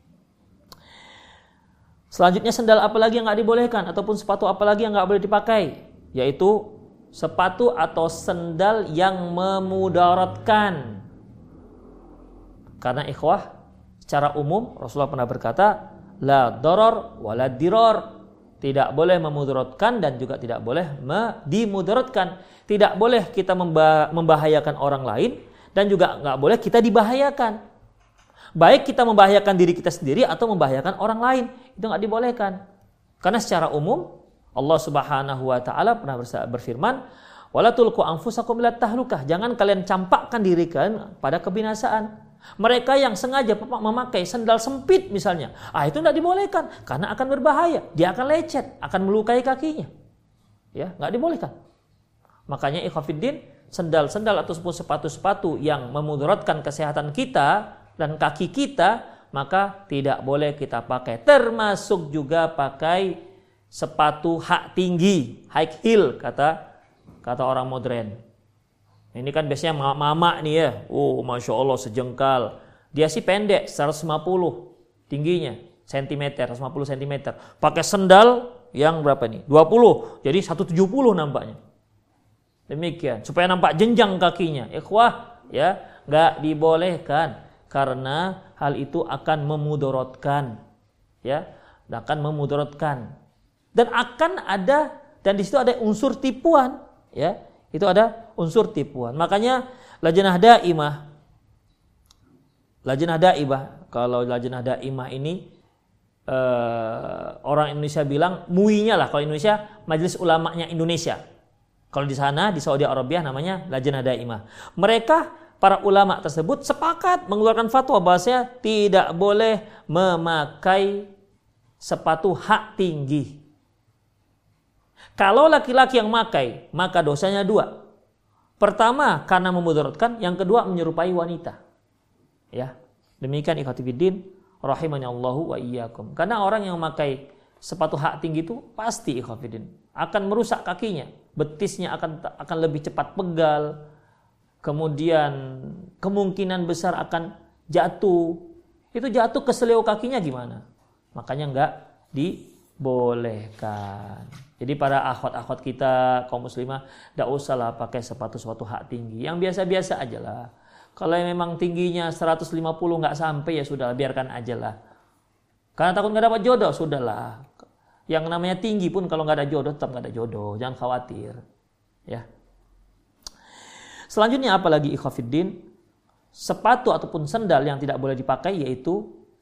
Speaker 2: Selanjutnya sandal apa lagi yang nggak dibolehkan ataupun sepatu apa lagi yang nggak boleh dipakai? Yaitu sepatu atau sandal yang memudaratkan. Karena ikhwah, secara umum Rasulullah pernah berkata, la darar wa la dirar. Tidak boleh memudaratkan dan juga tidak boleh dimudaratkan. Tidak boleh kita membahayakan orang lain dan juga nggak boleh kita dibahayakan. Baik kita membahayakan diri kita sendiri atau membahayakan orang lain, itu nggak dibolehkan. Karena secara umum Allah Subhanahu wa taala pernah berfirman, wala tulqu anfusakum ila tahlukah. Jangan kalian campakkan diri kalian pada kebinasaan. Mereka yang sengaja memakai sandal sempit misalnya, itu tidak dibolehkan karena akan berbahaya. Dia akan lecet, akan melukai kakinya. Ya, nggak dibolehkan. Makanya ikhwafiddin, sandal-sandal ataupun sepatu-sepatu yang memudaratkan kesehatan kita dan kaki kita, maka tidak boleh kita pakai. Termasuk juga pakai sepatu hak tinggi, high heel kata orang modern. Ini kan biasanya mama nih ya. Oh, masya Allah sejengkal. Dia sih pendek 150 tingginya, sentimeter, 150 cm. Pakai sendal yang berapa nih? 20. Jadi 170 nampaknya. Demikian, supaya nampak jenjang kakinya. Ikhwah, ya, enggak dibolehkan karena hal itu akan memudaratkan. ya, dan akan memudaratkan. Dan di situ ada unsur tipuan, ya. Itu ada unsur tipuan. Makanya lajnah daimah, kalau lajnah daimah ini orang Indonesia bilang MUI-nya lah, kalau Indonesia Majelis Ulamanya Indonesia. Kalau di sana di Saudi Arabia namanya lajnah daimah. Mereka para ulama tersebut sepakat mengeluarkan fatwa bahwasanya tidak boleh memakai sepatu hak tinggi. Kalau laki-laki yang memakai, maka dosanya 2. Pertama, karena memudaratkan. Yang kedua, menyerupai wanita. Ya, demikian ikhwati fiddin, rahimani Allahu wa iyyakum. Karena orang yang memakai sepatu hak tinggi itu pasti ikhwati fiddin akan merusak kakinya. Betisnya akan lebih cepat pegal. Kemudian kemungkinan besar akan jatuh. Itu jatuh ke seleo kakinya gimana? Makanya enggak dibolehkan. Jadi para akhwat-akhwat kita kaum muslimah enggak usahlah pakai sepatu-sepatu hak tinggi. Yang biasa-biasa aja lah. Kalau memang tingginya 150 enggak sampai ya sudah, biarkan aja lah. Karena takut enggak dapat jodoh, sudahlah. Yang namanya tinggi pun kalau enggak ada jodoh tetap enggak ada jodoh, jangan khawatir. Ya. Selanjutnya apalagi ikhwafiddin, sepatu ataupun sandal yang tidak boleh dipakai yaitu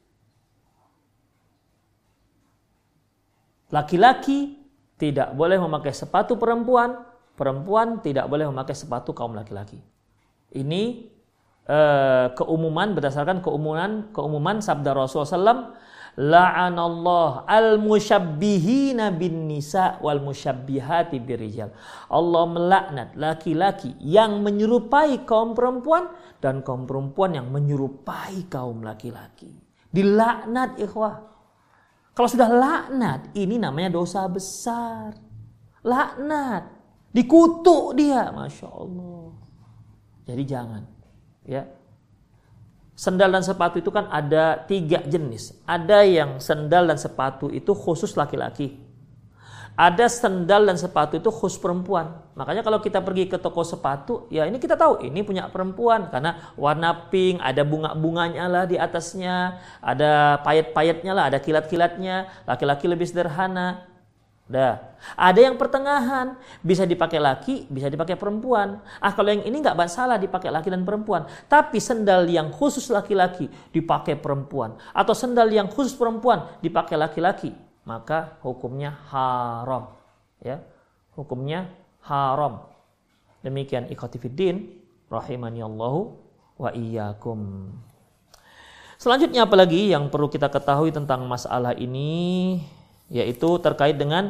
Speaker 2: laki-laki tidak boleh memakai sepatu perempuan, perempuan tidak boleh memakai sepatu kaum laki-laki. Ini keumuman berdasarkan keumuman sabda Rasulullah SAW, la'anallah al-musyabbihina bin nisa wal musyabbihati birrijal. Allah melaknat laki-laki yang menyerupai kaum perempuan dan kaum perempuan yang menyerupai kaum laki-laki. Dilaknat ikhwah. Kalau sudah laknat, ini namanya dosa besar. Laknat, dikutuk dia, masya Allah. Jadi jangan, ya. Sendal dan sepatu itu kan ada 3 jenis. Ada yang sendal dan sepatu itu khusus laki-laki. Ada sendal dan sepatu itu khusus perempuan. Makanya kalau kita pergi ke toko sepatu, ya ini kita tahu ini punya perempuan karena warna pink, ada bunga-bunganya lah di atasnya, ada payet-payetnya lah, ada kilat-kilatnya. Laki-laki lebih sederhana. Ada yang pertengahan, bisa dipakai laki, bisa dipakai perempuan. Kalau yang ini nggak masalah dipakai laki dan perempuan. Tapi sendal yang khusus laki-laki dipakai perempuan, atau sendal yang khusus perempuan dipakai laki-laki, maka hukumnya haram. Ya, hukumnya haram. Demikian ikhwati fiddin, rahimani Allahu wa iyyakum. Selanjutnya apalagi yang perlu kita ketahui tentang masalah ini, yaitu terkait dengan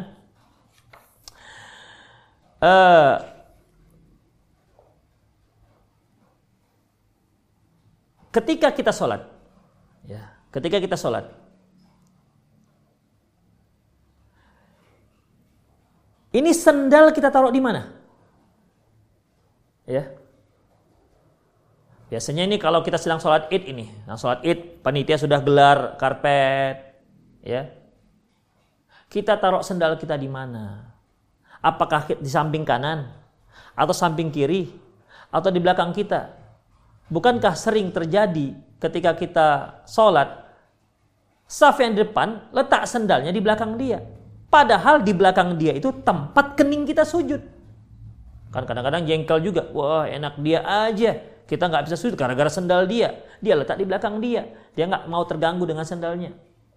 Speaker 2: ketika kita sholat, ya, ketika kita sholat, ini sendal kita taruh di mana? Ya, biasanya ini kalau kita sedang sholat id ini, nah sholat id panitia sudah gelar karpet, ya. Kita taruh sendal kita di mana? Apakah di samping kanan atau samping kiri atau di belakang kita? Bukankah sering terjadi ketika kita sholat, saf yang di depan letak sendalnya di belakang dia, padahal di belakang dia itu tempat kening kita sujud. Kan kadang-kadang jengkel juga, wah enak dia aja, kita nggak bisa sujud gara-gara sendal dia letak di belakang dia nggak mau terganggu dengan sendalnya.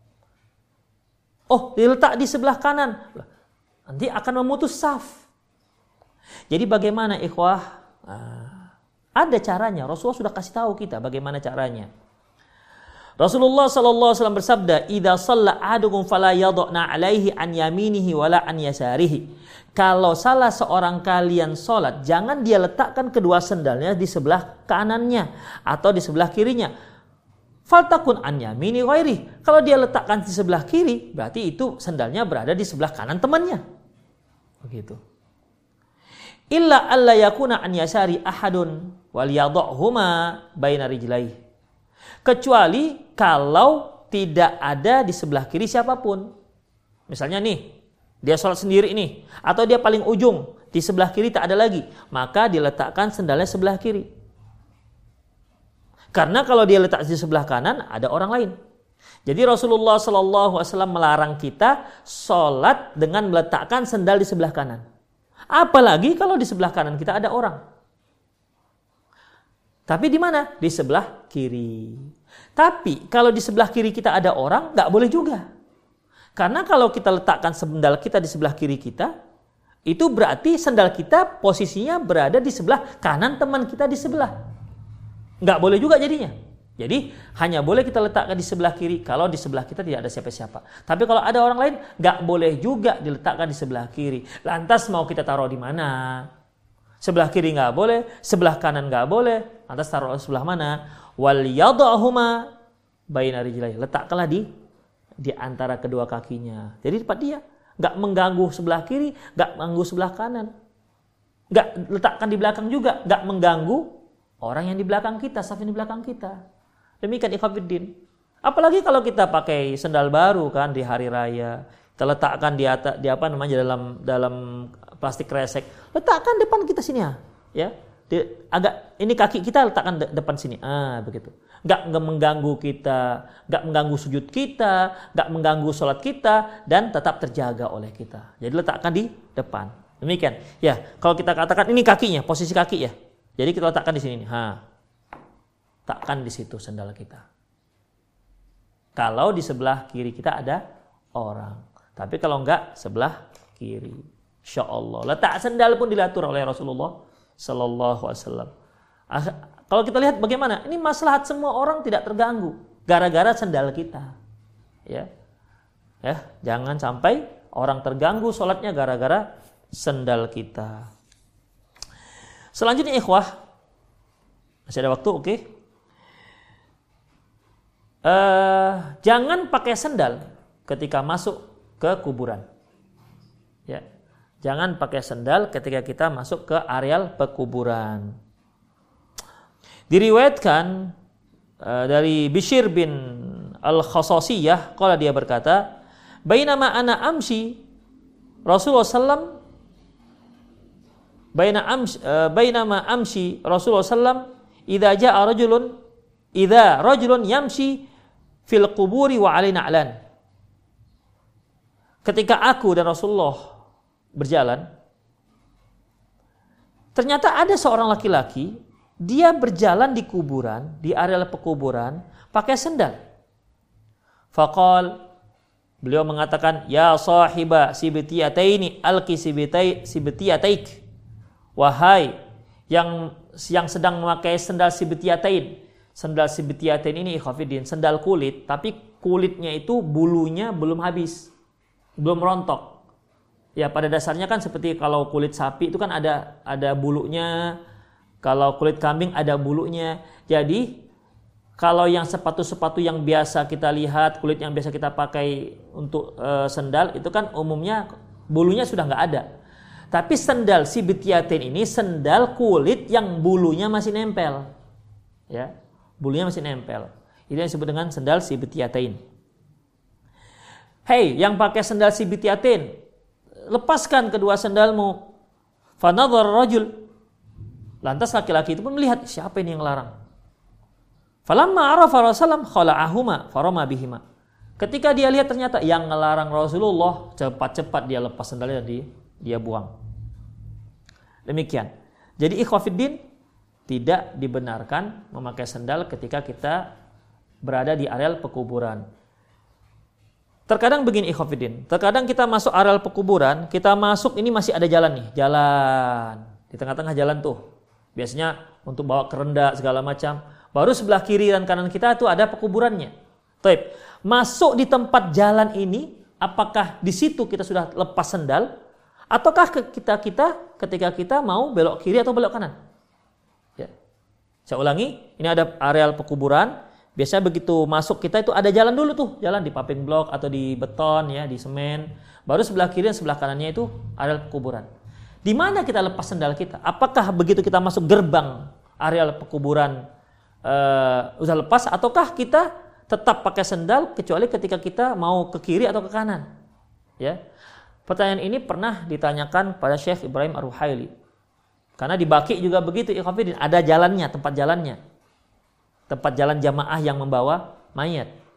Speaker 2: Oh, diletak di sebelah kanan, nanti akan memutus saf. Jadi bagaimana ikhwah? Ada caranya. Rasulullah sudah kasih tahu kita bagaimana caranya. Rasulullah SAW bersabda, "Idza shalla ahadukum fala yadhna 'alaihi an yaminihi wala an yasarihi." Kalau salah seorang kalian sholat, jangan dia letakkan kedua sendalnya di sebelah kanannya atau di sebelah kirinya. Faltakun an yamini ghairi. Kalau dia letakkan di sebelah kiri, berarti itu sandalnya berada di sebelah kanan temannya. Begitu. Illa alla yakuna an yasari ahadun wal yadhhuma baina rijlaihi. Kecuali kalau tidak ada di sebelah kiri siapapun. Misalnya nih, dia sholat sendiri nih, atau dia paling ujung, di sebelah kiri tak ada lagi, maka diletakkan sendalnya sebelah kiri. Karena kalau dia letak di sebelah kanan ada orang lain. Jadi Rasulullah SAW melarang kita sholat dengan meletakkan sendal di sebelah kanan. Apalagi kalau di sebelah kanan kita ada orang. Tapi di mana? Di sebelah kiri. Tapi kalau di sebelah kiri kita ada orang, nggak boleh juga. Karena kalau kita letakkan sendal kita di sebelah kiri kita, itu berarti sendal kita posisinya berada di sebelah kanan teman kita di sebelah. Nggak boleh juga jadinya. Jadi hanya boleh kita letakkan di sebelah kiri kalau di sebelah kita tidak ada siapa-siapa. Tapi kalau ada orang lain, nggak boleh juga diletakkan di sebelah kiri. Lantas mau kita taruh di mana? Sebelah kiri nggak boleh, sebelah kanan nggak boleh. Lantas taruh sebelah mana? Wal yadhahuma baina rijlaihi. Letakkanlah di antara kedua kakinya. Jadi tempat dia. Nggak mengganggu sebelah kiri, nggak mengganggu sebelah kanan. Nggak letakkan di belakang juga, nggak mengganggu orang yang di belakang kita, saf yang di belakang kita. Demikian ikhwatiddin. Apalagi kalau kita pakai sendal baru kan di hari raya, kita letakkan di atas, dalam plastik kresek, letakkan depan kita sini ya. Agak ini kaki kita letakkan depan sini, begitu. Nggak mengganggu kita, nggak mengganggu sujud kita, nggak mengganggu sholat kita, dan tetap terjaga oleh kita. Jadi letakkan di depan. Demikian. Ya, kalau kita katakan ini kakinya, posisi kaki ya. Jadi kita letakkan di sini nih. Letakkan di situ sandal kita. Kalau di sebelah kiri kita ada orang. Tapi kalau enggak sebelah kiri. Insyaallah. Letak sandal pun diatur oleh Rasulullah sallallahu alaihi wasallam. Kalau kita lihat bagaimana? Ini maslahat semua orang tidak terganggu gara-gara sandal kita. Ya, jangan sampai orang terganggu sholatnya gara-gara sandal kita. Selanjutnya ikhwah, masih ada waktu, oke? Jangan pakai sandal ketika masuk ke kuburan. Ya, jangan pakai sandal ketika kita masuk ke areal pekuburan. Diriwayatkan dari Bishr bin Al-Khasasiyah, qala dia berkata, "Bainama ana amshi Rasulullah sallam bainama amshi Rasulullah sallam idza rajulun yamshi fil quburi wa alaina a'lan." Ketika aku dan Rasulullah berjalan, ternyata ada seorang laki-laki, dia berjalan di kuburan, di areal pekuburan, pakai sendal. Faqal, beliau mengatakan, "Ya sahiba sibtiyataini alqi sibtiyataik." Wahai yang sedang memakai sendal sibtiyatain. Sendal sibtiyatain ini ikhwatiddin, sendal kulit, tapi kulitnya itu bulunya belum habis, belum rontok. Ya, pada dasarnya kan seperti kalau kulit sapi itu kan ada bulunya. Kalau kulit kambing ada bulunya. Jadi kalau yang sepatu-sepatu yang biasa kita lihat, kulit yang biasa kita pakai untuk sendal itu kan umumnya bulunya sudah nggak ada. Tapi sendal sibtiyatayn ini sendal kulit yang bulunya masih nempel. Ya, bulunya masih nempel. Itu yang disebut dengan sendal sibtiyatayn. Hei, yang pakai sendal sibtiyatayn, lepaskan kedua sendalmu. Fanadhar rajul. Lantas laki-laki itu pun melihat, siapa ini yang larang? Falamma arafa Rasulullah khala'ahuma farama bihima. Ketika dia lihat ternyata yang ngelarang Rasulullah, cepat-cepat dia lepas sendalnya, dia buang. Demikian. Jadi ikhwatiddin, tidak dibenarkan memakai sandal ketika kita berada di areal pekuburan. Terkadang begini ikhwatiddin, terkadang kita masuk areal pekuburan, kita masuk ini masih ada jalan nih, jalan. Di tengah-tengah jalan tuh. Biasanya untuk bawa kerenda segala macam. Baru sebelah kiri dan kanan kita itu ada pekuburannya. Taib. Masuk di tempat jalan ini, apakah di situ kita sudah lepas sendal? Ataukah ketika kita mau belok kiri atau belok kanan? Ya. Saya ulangi, ini ada areal pekuburan. Biasanya begitu masuk kita itu ada jalan dulu tuh, jalan di paving block atau di beton ya, di semen. Baru sebelah kiri dan sebelah kanannya itu areal pekuburan. Di mana kita lepas sendal kita? Apakah begitu kita masuk gerbang areal pekuburan udah lepas, ataukah kita tetap pakai sendal kecuali ketika kita mau ke kiri atau ke kanan? Ya. Pertanyaan ini pernah ditanyakan pada Syekh Ibrahim Ar-Ruhaili. Karena di Baqi juga begitu, ikhwatiddin, ada jalannya, tempat jalannya. Tempat jalan jamaah yang membawa mayat.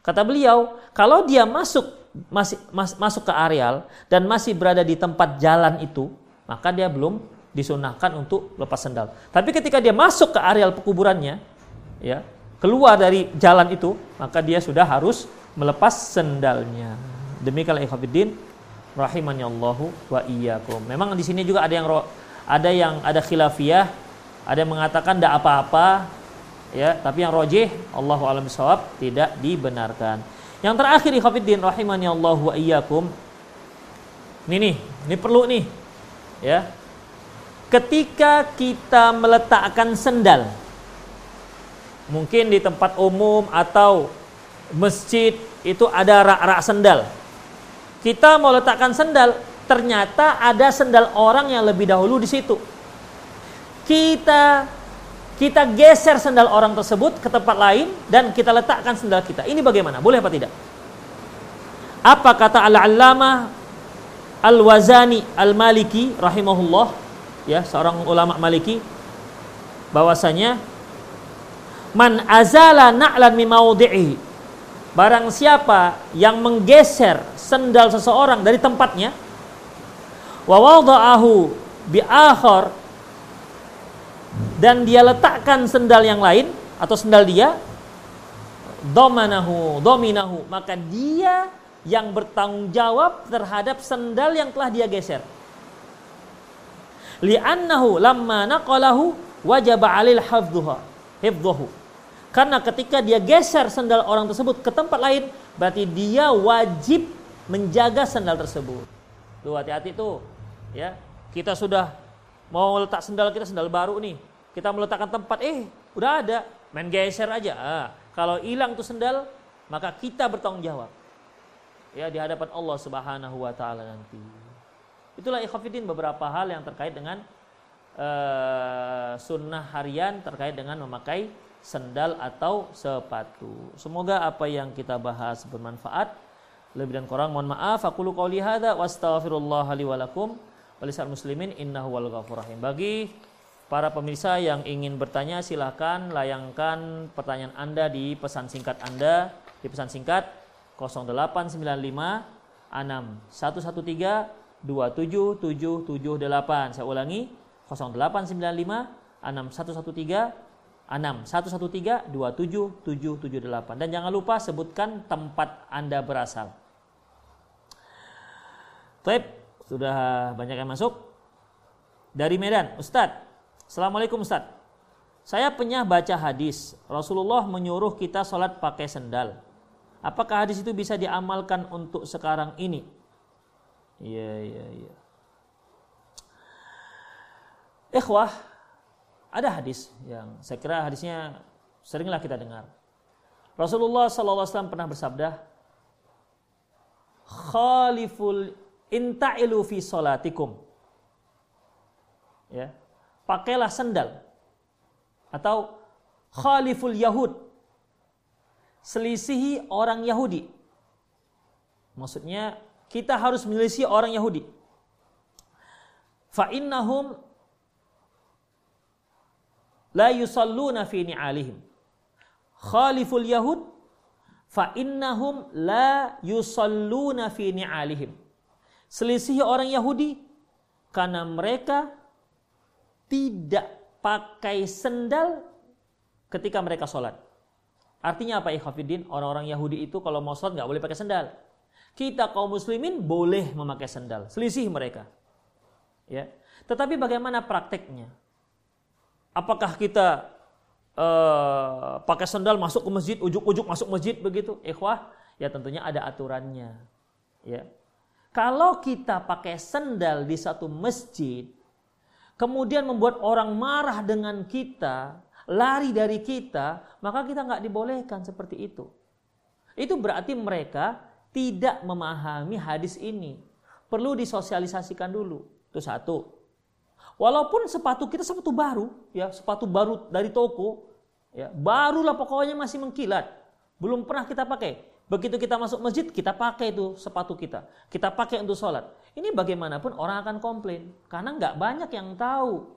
Speaker 2: Kata beliau, kalau dia masuk ke areal dan masih berada di tempat jalan itu, maka dia belum disunahkan untuk lepas sendal. Tapi ketika dia masuk ke areal pekuburannya, ya, keluar dari jalan itu, maka dia sudah harus melepas sendalnya. Demikianlah ikhwatiddin rahimani Allahu wa iyyakum. Memang di sini juga ada khilafiyah, ada yang mengatakan tidak apa-apa, ya, tapi yang rajih Allahu a'lam bishawab tidak dibenarkan. Yang terakhir ikhwatiddin rahimani Allahu wa iyyakum. Ini perlu nih, ya. Ketika kita meletakkan sendal, mungkin di tempat umum atau masjid itu ada rak-rak sendal. Kita mau letakkan sendal, ternyata ada sendal orang yang lebih dahulu di situ. Kita geser sendal orang tersebut ke tempat lain dan kita letakkan sendal kita. Ini bagaimana? Boleh apa tidak? Apa kata Al-Allamah Al-Wazani Al-Maliki rahimahullah, ya, seorang ulama Maliki, bahwasanya man azala na'lan min mawdi'ihi, barang siapa yang menggeser sendal seseorang dari tempatnya, wa wada'ahu bi akhar, dan dia letakkan sendal yang lain atau sendal dia, dominahu, maka dia yang bertanggung jawab terhadap sendal yang telah dia geser. Li'annahu lamma naqalahu wajaba 'alil hifdhuhu. Karena ketika dia geser sendal orang tersebut ke tempat lain, berarti dia wajib menjaga sendal tersebut. Tuh, hati-hati tuh, ya. Kita sudah mau letak sendal kita, sendal baru nih. Kita meletakkan tempat, udah ada, main geser aja. Kalau hilang tuh sendal, maka kita bertanggung jawab, ya, di hadapan Allah Subhanahu wa taala nanti. Itulah ikhwatiddin beberapa hal yang terkait dengan sunnah harian terkait dengan memakai sendal atau sepatu. Semoga apa yang kita bahas bermanfaat. Lebih dan kurang mohon maaf. Aqulu qouli hadza wa astaghfirullah li wa lakum wa lisal muslimin innahu wal ghafurur rahim. Bagi para pemirsa yang ingin bertanya, silakan layangkan pertanyaan Anda di pesan singkat Anda, di pesan singkat 0895 6113 27778. Saya ulangi, 0895 6113 27778. Dan jangan lupa sebutkan tempat Anda berasal. Baik, sudah banyak yang masuk. Dari Medan, Ustadz. Assalamualaikum Ustadz. Saya pernah baca hadis Rasulullah menyuruh kita sholat pakai sendal. Apakah hadis itu bisa diamalkan untuk sekarang ini? Iya. Ikhwah, ada hadis yang saya kira hadisnya seringlah kita dengar. Rasulullah SAW pernah bersabda, khaliful inta'ilu fi sholatikum. Ya, pakailah sendal. Atau khaliful yahud, selisihi orang Yahudi. Maksudnya kita harus menyelisihi orang Yahudi. Fa innahum la yusalluna fi ni'alihim. Khaliful yahud fa innahum la yusalluna fi ni'alihim. Selisihi orang Yahudi karena mereka tidak pakai sendal ketika mereka sholat. Artinya apa ikhwatiddin? Orang-orang Yahudi itu kalau mau sholat nggak boleh pakai sendal. Kita kaum muslimin boleh memakai sendal. Selisih mereka. Ya. Tetapi bagaimana prakteknya? Apakah kita pakai sandal masuk ke masjid, ujuk-ujuk masuk masjid begitu? Ikhwah, ya tentunya ada aturannya. Ya. Kalau kita pakai sandal di satu masjid, kemudian membuat orang marah dengan kita, lari dari kita, maka kita nggak dibolehkan seperti itu. Itu berarti mereka tidak memahami hadis ini. Perlu disosialisasikan dulu. Itu satu. Walaupun sepatu kita sepatu baru, ya sepatu baru dari toko, ya barulah pokoknya masih mengkilat, belum pernah kita pakai. Begitu kita masuk masjid, kita pakai itu sepatu kita pakai untuk sholat. Ini bagaimanapun orang akan komplain, karena nggak banyak yang tahu,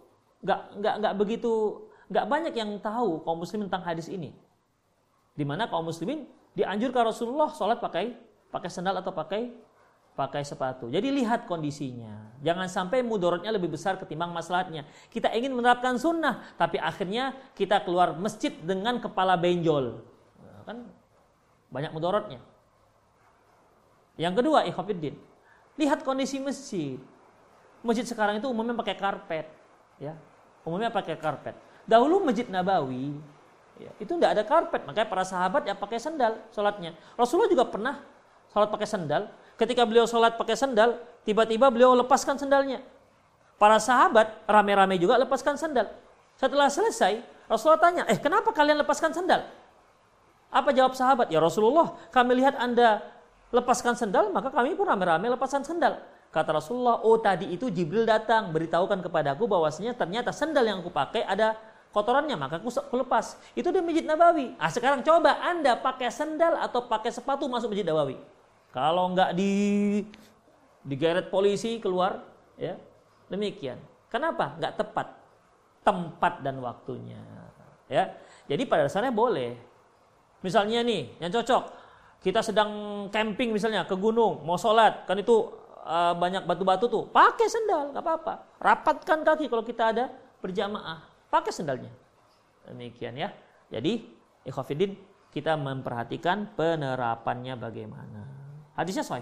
Speaker 2: nggak banyak yang tahu kaum muslimin tentang hadis ini. Di mana kaum muslimin Dianjurkan Rasulullah sholat pakai sandal atau pakai sepatu. Jadi lihat kondisinya. Jangan sampai mudorotnya lebih besar ketimbang maslahatnya. Kita ingin menerapkan sunnah, tapi akhirnya kita keluar masjid dengan kepala benjol. Nah, kan banyak mudorotnya. Yang kedua, ikhwatiddin, lihat kondisi masjid. Masjid sekarang itu umumnya pakai karpet, ya. Umumnya pakai karpet. Dahulu Masjid Nabawi, ya, itu tidak ada karpet, makanya para sahabat ya pakai sandal sholatnya. Rasulullah juga pernah sholat pakai sandal. Ketika beliau sholat pakai sandal, tiba-tiba beliau lepaskan sandalnya. Para sahabat rame-rame juga lepaskan sandal. Setelah selesai, Rasulullah tanya, kenapa kalian lepaskan sandal? Apa jawab sahabat? Ya Rasulullah, kami lihat Anda lepaskan sandal, maka kami pun rame-rame lepaskan sandal. Kata Rasulullah, tadi itu Jibril datang, beritahukan kepadaku bahwasanya ternyata sandal yang aku pakai ada kotorannya, maka aku lepas. Itu di Masjid Nabawi. Sekarang coba Anda pakai sandal atau pakai sepatu masuk Masjid Nabawi. Kalau enggak digeret polisi keluar, ya demikian. Kenapa? Enggak tepat tempat dan waktunya. Ya, jadi pada dasarnya boleh. Misalnya nih, yang cocok, kita sedang camping misalnya ke gunung, mau sholat, kan itu banyak batu-batu tuh, pakai sandal, nggak apa-apa. Rapatkan kaki kalau kita ada berjamaah, pakai sandalnya. Demikian ya. Jadi, ikhwatiddin, kita memperhatikan penerapannya bagaimana. Hadisnya sahih.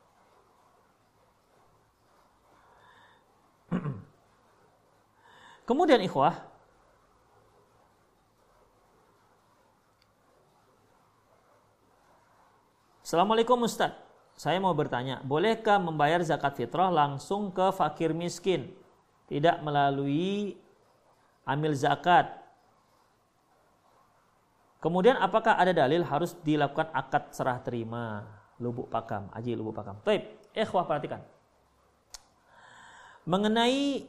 Speaker 2: Kemudian ikhwah, Assalamualaikum Ustaz, saya mau bertanya, bolehkah membayar zakat fitrah langsung ke fakir miskin, tidak melalui amil zakat? Kemudian apakah ada dalil harus dilakukan akad serah terima? Lubuk pakam, Haji Lubuk Pakam. Baik, ikhwah perhatikan. Mengenai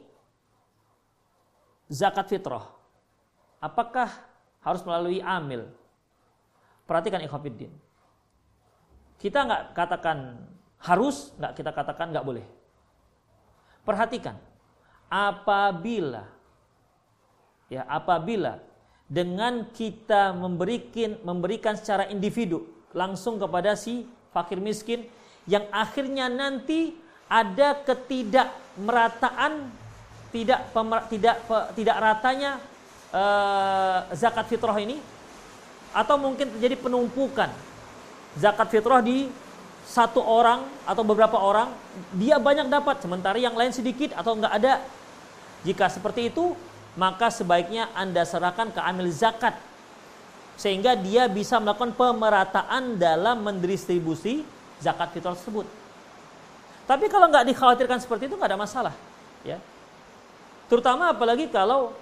Speaker 2: zakat fitrah, apakah harus melalui amil? Perhatikan ikhwatiddin. Kita nggak katakan harus, nggak kita katakan nggak boleh. Perhatikan, apabila dengan kita memberikan secara individu langsung kepada si fakir miskin, yang akhirnya nanti ada ketidakmerataan, tidak ratanya zakat fitrah ini, atau mungkin terjadi penumpukan zakat fitrah di satu orang atau beberapa orang, dia banyak dapat sementara yang lain sedikit atau enggak ada. Jika seperti itu, maka sebaiknya Anda serahkan ke amil zakat sehingga dia bisa melakukan pemerataan dalam mendistribusi zakat fitrah tersebut. Tapi kalau nggak dikhawatirkan seperti itu, nggak ada masalah, ya. Terutama apalagi kalau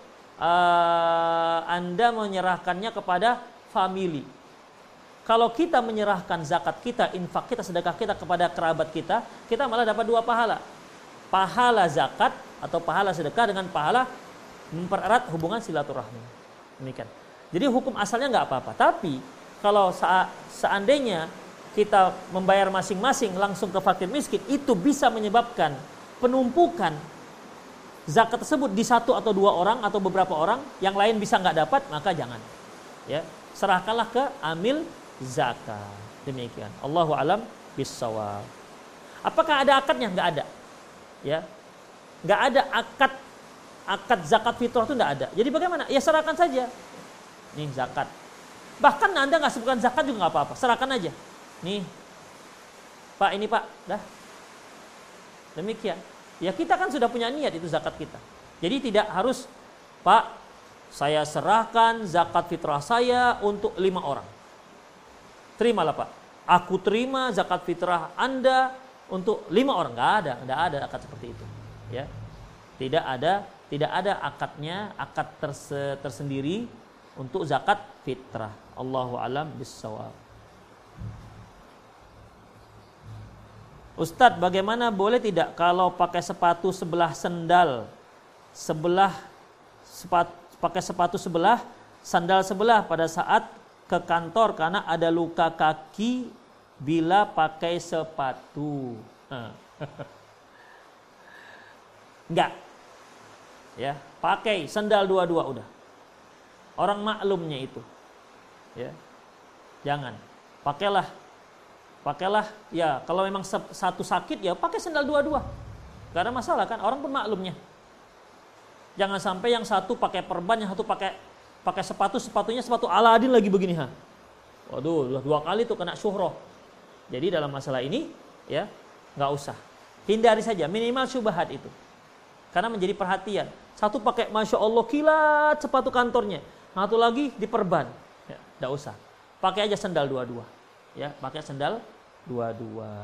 Speaker 2: Anda menyerahkannya kepada famili. Kalau kita menyerahkan zakat kita, infak kita, sedekah kita kepada kerabat kita, kita malah dapat dua pahala. Pahala zakat atau pahala sedekah dengan pahala mempererat hubungan silaturahmi. Demikian. Jadi hukum asalnya nggak apa-apa. Tapi kalau seandainya kita membayar masing-masing langsung ke fakir miskin, itu bisa menyebabkan penumpukan zakat tersebut di satu atau dua orang atau beberapa orang, yang lain bisa nggak dapat, maka jangan. Ya, serahkanlah ke amil zakat. Demikian. Allahu alam bissawab. Apakah ada akadnya? Nggak ada. Ya, nggak ada akad zakat fitrah itu nggak ada. Jadi bagaimana? Ya serahkan saja. Nih zakat. Bahkan Anda nggak sebutkan zakat juga nggak apa-apa. Serahkan aja. Nih, Pak, ini Pak, dah. Demikian. Ya kita kan sudah punya niat itu zakat kita. Jadi tidak harus, Pak, saya serahkan zakat fitrah saya untuk 5 orang. Terimalah Pak. Aku terima zakat fitrah Anda untuk 5 orang. Nggak ada akad seperti itu. Ya, tidak ada akadnya, akad tersendiri untuk zakat fitrah. Allahu alam bissawab. Ustadz, bagaimana boleh tidak kalau pakai sepatu sebelah sandal, pakai sepatu sebelah, sandal sebelah pada saat ke kantor karena ada luka kaki bila pakai sepatu? Enggak. Ya, pakai sandal dua-dua udah. Orang maklumnya itu. Ya. Jangan. pakailah ya, kalau memang satu sakit ya pakai sendal dua-dua. Gak ada masalah kan, orang pun maklumnya. Jangan sampai yang satu pakai perban, yang satu pakai sepatunya sepatu Aladin lagi begini ha. Waduh, 2 kali tuh kena syuhroh. Jadi dalam masalah ini ya nggak usah. Hindari saja minimal syubhat itu. Karena menjadi perhatian. Satu pakai Masya Allah kilat sepatu kantornya, satu lagi diperban. Ya, nggak usah. Pakai aja sendal dua-dua. Ya, pakai sendal dua-dua.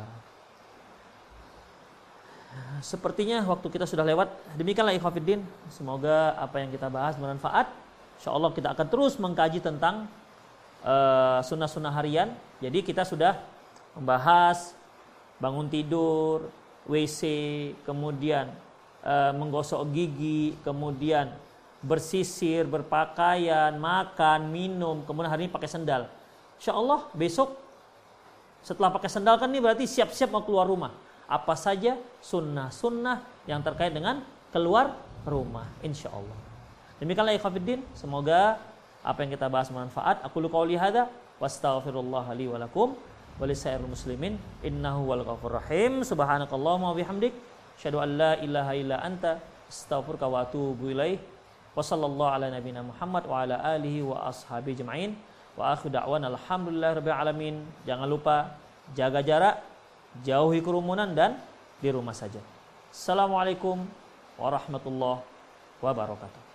Speaker 2: Sepertinya waktu kita sudah lewat. Demikianlah ikhwatiddin. Semoga apa yang kita bahas bermanfaat. Insyaallah kita akan terus mengkaji tentang sunnah-sunnah harian. Jadi kita sudah membahas bangun tidur, WC, kemudian menggosok gigi, kemudian bersisir, berpakaian, makan, minum, kemudian hari ini pakai sendal. Insyaallah besok setelah pakai sendal kan ini berarti siap-siap mau keluar rumah. Apa saja sunnah-sunnah yang terkait dengan keluar rumah, insyaallah. Demikianlah ikhwatiddin, semoga apa yang kita bahas bermanfaat. Aku qouli hadza wastaghfirullah li wa lakum wa lisairil muslimin innahu wal ghafurur rahim. Subhanakallahumma wa bihamdik asyhadu an la ilaha illa anta astaghfiruka wa atubu ilaik. Wa sallallahu ala nabiyyina Muhammad wa ala alihi wa ashabihi ajmain. Wa akhiru da'wana alhamdulillahirabbil alamin. Jangan lupa jaga jarak, jauhi kerumunan dan di rumah saja. Assalamualaikum warahmatullahi wabarakatuh.